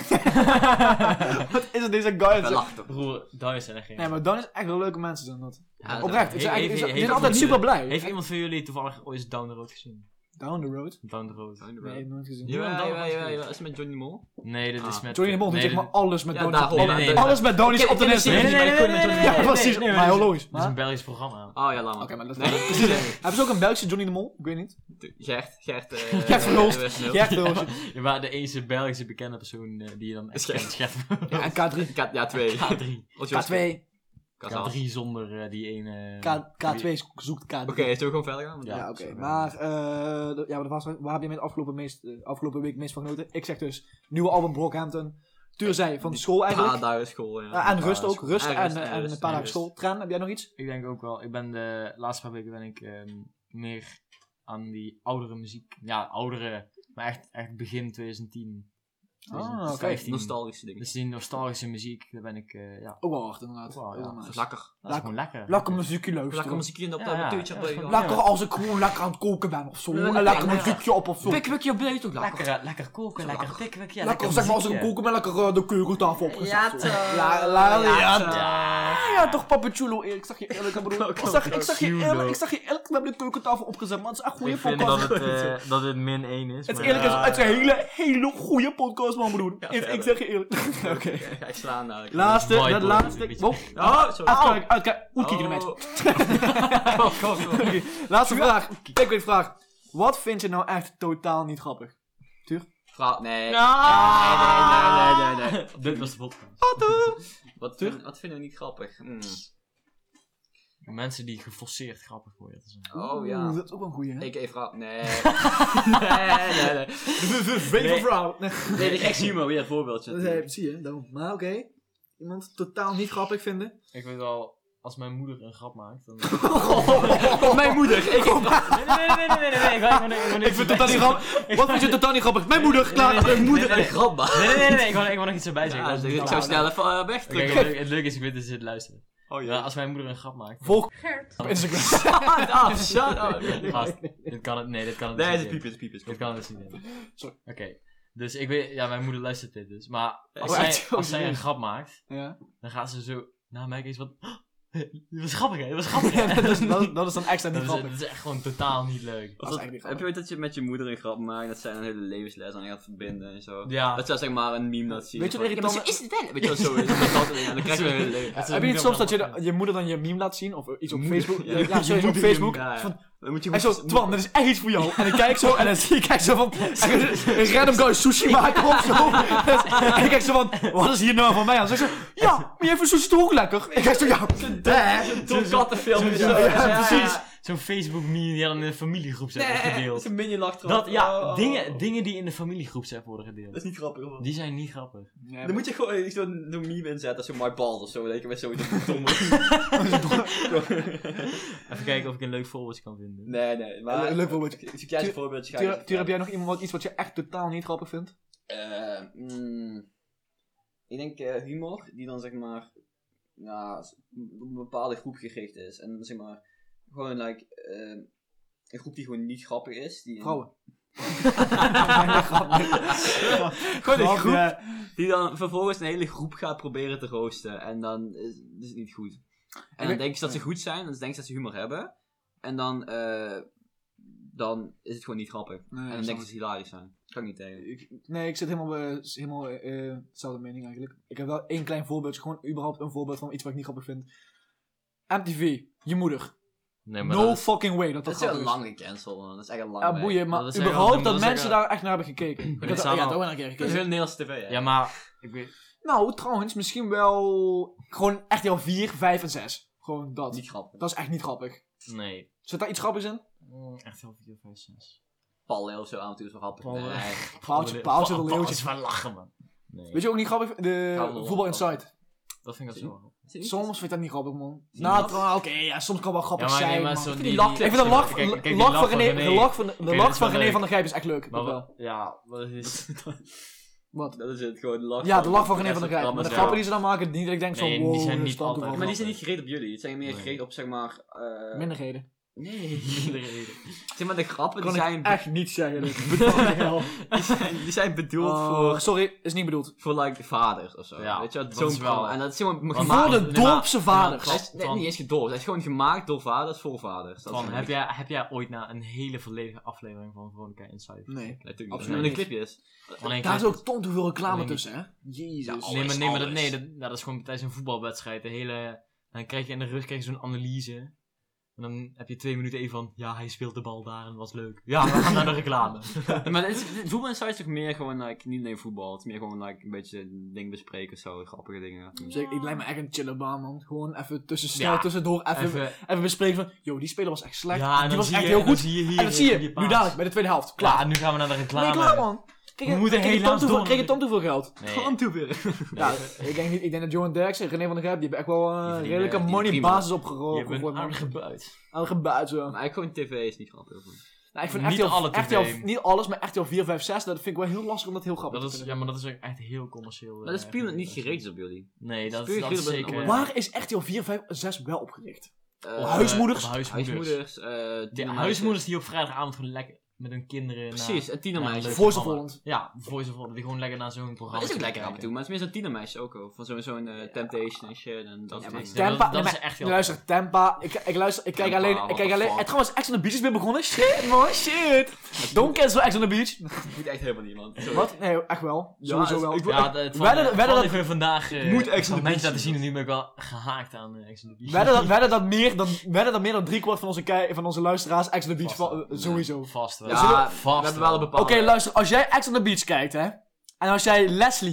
Wat is het deze guy? Wij lachen toch. Broer, Downies zijn echt geen... Nee, maar donies echt wel leuke mensen zijn dat. Ja, Oprecht, dat- ze heeft- zijn heeft- altijd heeft- super blij. Heeft iemand van jullie toevallig ooit Down the Road gezien? Down the road? Down the Road. Nee, ik heb nooit gezien. Ja, is het met Johnny de Mol? Nee, dit is Ah. met... Johnny de Mol doet nee, zeg maar alles met Ja, donies. daarom. Nee. Alles met donies op de ken nest. de serie, maar ik kon met Johnny de Ja, Mol. precies. nee, Maar heel logisch. Dit is een Belgisch programma. Oh ja, laat maar. Oké, maar dat Nee. Hebben ze ook een Belgische Johnny de Mol? Ik weet niet. Gert Gert Verhulst. Gert Verhulst. Je waren de enige Belgische bekende persoon die je dan echt Gert. kent. Ja, en K3. Ja, 2. K3. K2. K3 zonder die ene... K2 zoekt K3. Oké, is het ook gewoon verder gaan? Ja. Ja, oké. zo, Maar, waar heb je met afgelopen week meest van genoten? Ik zeg dus, nieuwe album Brockhampton. Tuur zei van school eigenlijk. daar is school, ja. Ja, en rust ook. Rust En en rust, een rust, paar dagen rust. school. Tran, heb jij nog iets? Ik denk ook wel. Ik ben de laatste paar weken ben ik meer aan die oudere muziek. Ja, oudere, maar echt begin 2010. Ah, 2015. Nostalgische dingen. Dus die nostalgische muziek, daar ben ik, ja. Ook wel hard inderdaad. Ook wel, Ook ja. wel nice. Lekker. Dat is gewoon lekker. Lekker muziekje luisteren. Lekker muziekje op Ja, dat ja. natuurtje. Ja, dat is gewoon- Lekker als ik gewoon lekker aan het koken ben of zo. Ja, En lekker ja. muziekje op of zo. Pikwikje op de toch lekker. Lekker koken, lekker pikwikje. Lekker zeg maar als ik muziekje. koken ben, lekker de keukentafel opgezet. Ja, zo. toch. Ja, toch papa Chulo. Ik zeg je eerlijk, broer. Ik zeg je eerlijk, we hebben de keukentafel opgezet, man. Het is echt een goede Ik vind dat podcast. dat het min 1 is. Het is maar eerlijk, ja. het is een hele goede podcast, man, broer. Ik zeg je eerlijk. Oké. Ga ik slaan dadelijk. Laatste, Mooi, dat broer. laatste. Beetje- Oh, Oh, sorry. uitkijken. Oeh, kiek in de match. Kom. Oké, laatste vraag. Ik weet vraag. Wat vind je nou echt totaal niet grappig? Vrouw, nee. Nee. Dit was de podcast. Wat vinden we niet grappig? Mensen die geforceerd grappig worden. Dat is een- Oh ja. Dat is ook wel een goeie, hè? Ik vrouw. Nee. Nee. Vijf vrouw. Nee. Nee, ik echt humor, weer een voorbeeldje. Zie je, daarom. Maar oké. Iemand totaal niet grappig vinden. Ik weet wel, als mijn moeder een grap maakt, dan... Mijn moeder. Nee. Ik Ik vind het totaal niet grappig. Wat vind je totaal niet grappig? Mijn moeder, klaar. Mijn moeder. Een grap, man. Nee, ik wil nog iets erbij Ja, zeggen. dus ik zou snel even weg. Oké, het leuke is, ik weet dat ze het luisteren. Oh Ja, als mijn moeder een grap maakt... Volg op Instagram. Shut up. Gast, dit kan het niet Nee, in. het is piepjes. Dit kan het dus niet in. Sorry. Oké. Dus ik weet, ja, mijn moeder luistert dit dus. Maar Oh, echt? als zij een grap maakt, Ja. dan gaat ze zo... Nou, Mike is wat... Dat was grappig, hè? Dat was grappig, hè? dat is dan extra niet Dat grappig. is echt gewoon totaal niet leuk. Dat is echt niet Heb je ooit dat je met je moeder een grap maakt, dat zij een hele levensles aan je gaat verbinden en zo? Ja. Dat zou zeg maar een meme dat zien. Weet je wat irritant is het wel? Weet je wel, zo is het. En dan krijg je een hele leven. Heb je niet soms dat je moeder dan je meme laat zien? Of iets op Facebook? Ja. Ja, sorry, op Facebook. Dan moet je En zo, Twan, dat is echt iets voor jou. En ik kijk zo, en dan zie ik zo van... Een random guy sushi maken of zo. En ik kijk zo van, wat is hier nou van mij aan? Dan zeg ik zo, ja, maar jij vindt sushi toch ook lekker? Ik kijk zo, ja. Zo'n kattenfilm. Ja, precies. Zo'n Facebook meme die dan in de familiegroep zijn Dat gedeeld. is een mini-lachtrap. Dat, ja, dingen die in de familiegroep zijn worden gedeeld. Dat is niet grappig, hoor. Die zijn niet grappig. Dan moet je gewoon zo'n meme inzetten, zo'n my balls of zo, weet je, met zoiets op de domme. Even kijken of ik een leuk voorbeeldje kan vinden. Nee, maar... Leuk voorbeeldje. Ik jij een voorbeeldje. Tuur, heb jij nog iets wat je echt totaal niet grappig vindt? Ik denk humor, die dan zeg maar, ja, op een bepaalde groep gericht is. En zeg maar, gewoon like, een groep die gewoon niet grappig is. Die Vrouwen. Gewoon een groep die dan vervolgens een hele groep gaat proberen te roosten. En dan is het niet goed. En dan denken ze dat ze goed zijn, dan denken ze dat ze humor hebben. En dan is het gewoon niet grappig. Nee, en dan denken ze dat ze hilarisch zijn. Dat kan ik niet tegen. Ik zit helemaal dezelfde mening eigenlijk. Ik heb wel één klein voorbeeldje, gewoon überhaupt een voorbeeld van iets wat ik niet grappig vind. MTV, je moeder. Nee, maar No fucking way dat Dat is grappig een is. lange cancel, man. Dat is echt een lange Ja, weg. boeien, maar Dat is überhaupt echt- dat dat is mensen echt- daar echt naar hebben gekeken. Ik dit had zijn ja, al- daar wel naar Dat is gekeken. heel Nederlandse tv, hè? Ja, maar... Ik weet... Nou, trouwens, misschien wel gewoon echt heel 4, 5 en 6. Gewoon dat. Niet grappig. Dat is echt niet grappig. Nee. Zit daar iets grappigs in? Echt heel 4, 5, 6. Paul of zo aan toe is wel grappig. Paul- Nee. Paaltje de Dat leeuwtje. is wel lachen, man. Nee. Weet je ook niet grappig? De Gaan we nog Voetbal wel. Inside. Dat vind ik wel zo. Soms vind ik dat niet grappig, man. Zie je Nou, dat? oké, ja, soms kan wel Ja, grappig maar zijn, nee, maar man. zo Ik vind die... die lach- Ik vind de lach, Kijk, die lach van René- René, de lach van dat is wel René leuk. van der Gijp is echt leuk. Maar Dat wat- wel. ja, wat is... Wat? Dat is het, gewoon de lach. Ja, de lach van René van der Gijp. Maar de programma's, grappen ja. die ze dan maken, niet dat ik denk zo, Nee, die wow, zijn dat niet is dan altijd toch wel Maar die zijn grappig. niet gericht op jullie. Het zijn meer Nee. gericht op, zeg maar... Minderheden. Nee. Zeg maar, de grappen Kan die ik zijn... echt niet zeggen. Die zijn bedoeld Sorry, is niet bedoeld. voor like vaders of zo. Ja, weet je wat? dat Zo'n is wel- programma. En dat is gewoon Want- gemaakt... Voor de nee, maar- dorpse vaders. Ja, Hij is niet eens gedoopt. Hij is gewoon gemaakt door vaders voor vaders. Dat is Van, een heb jij ooit naar een hele volledige aflevering van Veronica Inside? Nee. Nee, natuurlijk niet. Absoluut Alleen een niet. clipje is. Alleen Daar is ook ton te veel reclame Alleen- tussen, hè? Jezus. Ja, Nee, maar dat, alles. dat is gewoon tijdens een voetbalwedstrijd. De hele, dan krijg je in de rust zo'n analyse. En dan heb je 2 minuten even van, ja, hij speelt de bal daar en dat was leuk. Ja, we gaan naar de reclame. Maar voetbal Inside is toch meer gewoon, like, niet alleen voetbal. Het is meer gewoon, like, een beetje dingen bespreken of zo. Grappige dingen. Dus ik lijkt me echt een chille baan, man. Gewoon even Ja. tussendoor even bespreken van, yo, die speler was echt slecht. Ja, en die dan was zie echt je, heel dan goed. zie je hier En dat zie je, die nu paas. dadelijk, bij de tweede helft. Klaar. Ja, nu gaan we naar de Ben reclame. je klaar, man? We moeten helaas door. Kreeg je Tom te veel geld? Nee. Gewoon toeberen. Ja, ik denk dat Johan Derksen en René van der Gijp, die hebben echt wel een verdienen- redelijke die money prima. basis Je hebt opgegooid. een aardige buit. Aardige buit, zo. Maar eigenlijk gewoon tv is niet grappig. Nou, ik vind Niet alle TV. niet alles, maar echt wel 4, 5, 6, dat vind ik wel heel lastig om dat heel grappig Dat te is, vinden. ja, maar dat is ook echt heel commercieel. Maar dat is puur niet gericht op jullie. Nee, dat Puur is gericht op een zeker... ander- Waar is RTL 4, 5, 6 wel opgericht? Eh, Huismoeders? op huismoeders. Huismoeders. De huismoeders die op vrijdagavond gewoon lekker met hun kinderen... Precies, en tienermeisjes. leuk Voice of programma. Holland. Ja, Voice of Holland. Die gewoon lekker naar zo'n programma Maar dat is ook lekker kijken. af en toe, maar het is meer zo'n tienermeisje ook al. Van zo'n Temptation en shit en dat soort maar dingen. Ja, Tempa, dat is nee, echt heel luister, Tempa, ik kijk Tempa, alleen, what ik kijk the alleen, fuck? en trouwens, Ex on the Beach is weer begonnen, shit man, shit. Don't cancel Ex on the Beach. Moet echt helemaal niemand. Sorry. Wat? Nee, echt wel, sowieso wel. Ja, het Wedden dat- even vandaag Moet Ex on the mensen Beach laten zien en nu ben ik wel gehaakt aan Ex on the Beach. Wedden dat meer dan 3/4 van onze luisteraars Ex on the Beach, sowieso. Vast wel. Ja, we vast hebben wel een bepaalde... Oké, luister, als jij Ex on the Beach kijkt, hè, en als jij Leslie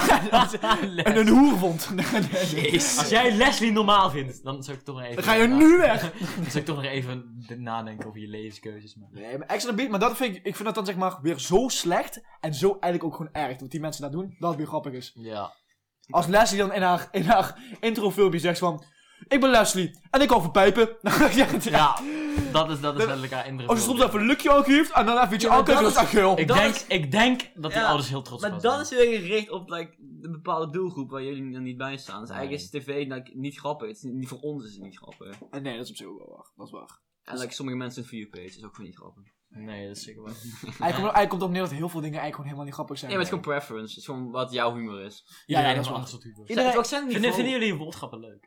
een hoer vond, Als jij Leslie normaal vindt, dan zou ik toch nog even... dan ga je nu weg. Dan zou ik toch nog even nadenken over je levenskeuzes. Maar... Nee, maar Ex on the Beach, maar dat vind ik vind dat dan zeg maar weer zo slecht en zo eigenlijk ook gewoon erg, wat die mensen daar doen, dat het weer grappig is. Ja. Als Leslie dan in haar introfilmpje zegt van, ik ben Leslie en ik hou van pijpen. Ja, dat is letterlijk haar indruk. Als je soms even een lukje aangeeft en dan even iets Ja, maar aankijkt, dat dat is echt geil. Ik denk dat die Ja, ouders heel trots Maar op dat is weer gericht op like, een bepaalde doelgroep waar jullie er niet bij staan. Dus Nee. eigenlijk is tv like, niet grappig. Het is niet, voor ons is het niet grappig. Nee, dat is op zich ook wel waar. Dat is waar. En like, sommige mensen een viewpage is ook gewoon niet grappig. Nee, dat is zeker wel. Eigenlijk komt op neer dat heel veel dingen eigenlijk gewoon helemaal niet grappig zijn. Nee, maar het is gewoon preference. Het is gewoon wat jouw humor is. Ja, dat is waar. Iedereen Iedereen- Toch zijn er niet Vinden gewoon- jullie woordgrappen leuk?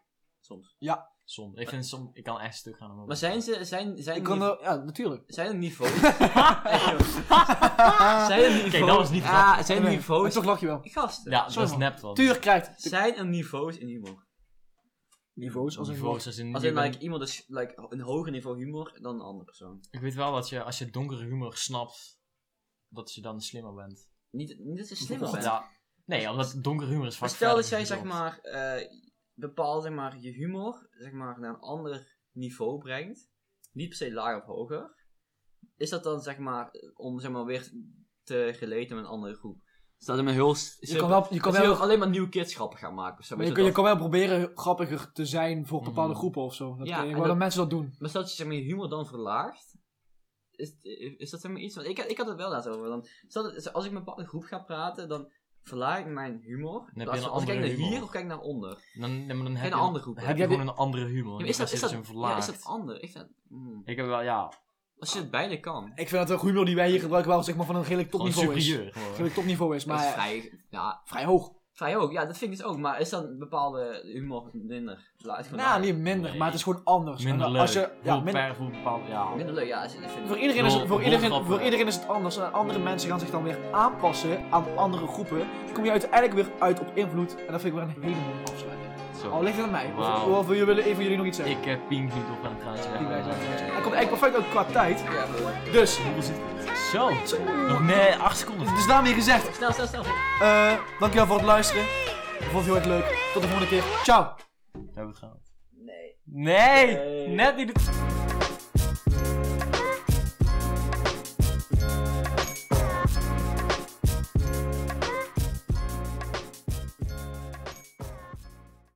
Soms. Soms. Ik vind soms, ik kan echt stuk gaan. Om Maar zijn Ja, natuurlijk. zijn er niveaus? Echt, joh. Zijn er niveaus? Kijk, dat was niet Ja, zijn er Maar niveaus? toch lach je wel. Gasten. Ja, Sorry, dat man. snapt wel. Tuur krijgt Zijn er niveaus in humor? niveaus als een Niveaus als in... Als in, like, iemand is een hoger niveau humor dan een andere persoon. Ik weet wel dat je, als je donkere humor snapt, dat je dan slimmer bent. Niet dat je slimmer bent. Ja. Nee, omdat donkere humor is Maar vaak stel dat verder jij, zeg gezocht. maar, bepaalt, zeg maar, je humor, zeg maar, naar een ander niveau brengt. Niet per se lager of hoger. Is dat dan, zeg maar, om, zeg maar, weer te relaten met een andere groep? Is dat een heel... Je kan wel alleen maar nieuwe kids grappig gaan maken. Zo, maar weet je je kan dat? wel proberen grappiger te zijn voor bepaalde groepen of zo. Dat Ja, kan je en wel dat dat- mensen dat doen. Maar stel dat je, zeg maar, je humor dan verlaagt. Is dat, zeg maar, iets... Want ik had het wel laatst over. Dan, stel dat, als ik met een bepaalde groep ga praten, dan verlaag ik mijn humor. heb je Als een ik kijk andere naar hier humor. of kijk naar onder. Dan Geen heb je andere groep. Dan heb je gewoon een andere humor. Ja, maar is dat een ja, verlaagd. is dat anders? Ik heb wel, ja, Als je het beide kan. Ik vind dat de humor die wij hier gebruiken wel zeg maar van een redelijk gewoon topniveau is. superieur. gewoon. Redelijk topniveau is, Dat is maar vrij hoog. vrij hoog. Ja, dat vind ik dus ook. Maar is dan bepaalde humor minder? Nou, niet minder, Nee. maar het is gewoon anders. Minder En leuk. als je, ja, Voor bepaald, ja. Minder leuk, ja. Vind voor ik. iedereen, is het, Wel- voor, wel iedereen, grappig. voor iedereen is het anders. En andere mensen gaan zich dan weer aanpassen aan andere groepen. Dan kom je uiteindelijk weer uit op invloed. En dat vind ik weer een hele mooie afsluiting. Zo. Al ligt het aan mij. Wauw. Of willen een van jullie nog iets zeggen? Ik pink niet op een traantje weg. Die wij zijn. Hij komt eigenlijk perfect ook qua tijd. Ja, leuk. Dus, Zo. Nog nee, 8 seconden. dus daarmee gezegd. Snel. Dankjewel voor het luisteren. Ik vond het heel erg leuk. Tot de volgende keer. Ciao. We hebben het gehad. Nee. Nee, net niet het...